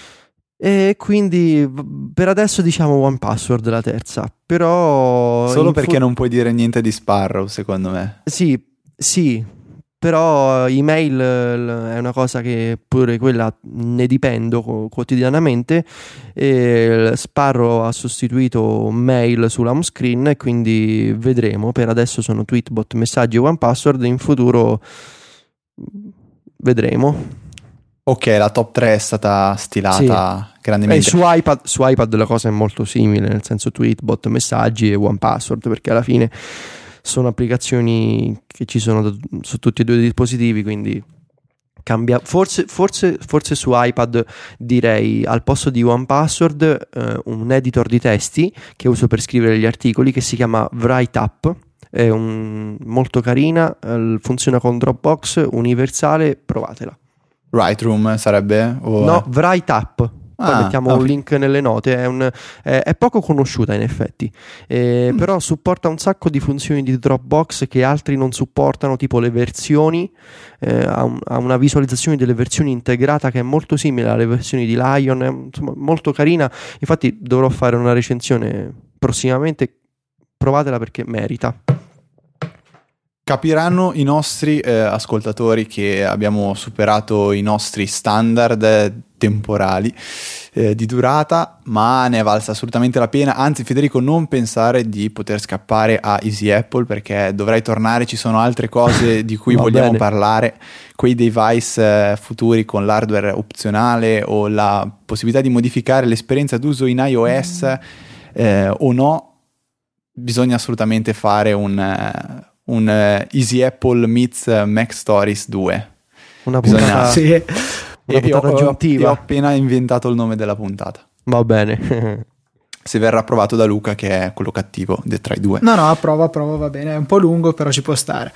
e quindi per adesso diciamo One Password la terza. Però solo perché fu- non puoi dire niente di Sparrow, secondo me. Sì, sì. Però email è una cosa che pure quella ne dipendo quotidianamente, e Sparrow ha sostituito mail sulla home screen e quindi vedremo. Per adesso sono Tweetbot, messaggi e One Password, in futuro vedremo. Ok, la top tre è stata stilata sì. grandemente. E su iPad, su iPad la cosa è molto simile, nel senso Tweetbot, messaggi e one password, perché alla fine sono applicazioni che ci sono da, su tutti e due i dispositivi, quindi cambia. Forse, forse, forse su iPad direi al posto di one password eh, un editor di testi che uso per scrivere gli articoli, che si chiama WriteUp. È un, molto carina, eh, funziona con Dropbox, universale, provatela. Lightroom sarebbe? O... No, WriteUp. Poi Ah, mettiamo okay. un link nelle note. È, un, è, è poco conosciuta in effetti, eh, mm. però supporta un sacco di funzioni di Dropbox che altri non supportano, tipo le versioni. Eh, ha, un, ha una visualizzazione delle versioni integrata che è molto simile alle versioni di Lion, è, insomma, molto carina. Infatti dovrò fare una recensione prossimamente. Provatela perché merita. Capiranno i nostri eh, ascoltatori che abbiamo superato i nostri standard eh, temporali eh, di durata, ma ne è valsa assolutamente la pena. Anzi, Federico, non pensare di poter scappare a Easy Apple, perché dovrai tornare, ci sono altre cose di cui vogliamo bene. parlare, quei device eh, futuri con l'hardware opzionale o la possibilità di modificare l'esperienza d'uso in iOS eh, o no. Bisogna assolutamente fare un... Uh, un uh, Easy Apple meets uh, Mac Stories due. Una Bisogna... puntata, sì. una puntata ho, aggiuntiva. Ho appena inventato il nome della puntata. Va bene. Se verrà approvato da Luca, che è quello cattivo tra i due. No, no, approvo, approvo, va bene. È un po' lungo, però ci può stare.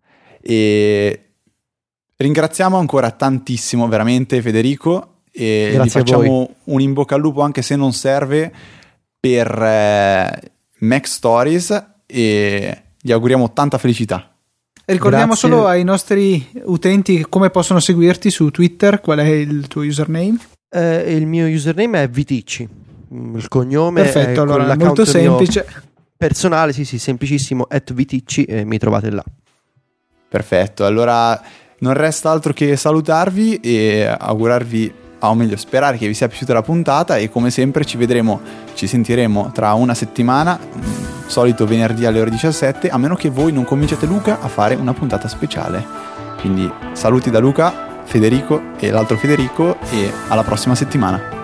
E ringraziamo ancora tantissimo, veramente, Federico. E Grazie gli facciamo a voi. un in bocca al lupo, anche se non serve, per eh, Mac Stories, e gli auguriamo tanta felicità. Ricordiamo Grazie. solo ai nostri utenti come possono seguirti su Twitter. Qual è il tuo username? Eh, il mio username è Viticci. Il cognome Perfetto, è allora con è molto l'account mio semplice. personale, sì, sì, semplicissimo, at Viticci, e mi trovate là. Perfetto, allora non resta altro che salutarvi e augurarvi, o meglio sperare che vi sia piaciuta la puntata, e come sempre ci vedremo, ci sentiremo tra una settimana, solito venerdì alle ore diciassette, a meno che voi non convinciate Luca a fare una puntata speciale. Quindi saluti da Luca, Federico e l'altro Federico, e alla prossima settimana.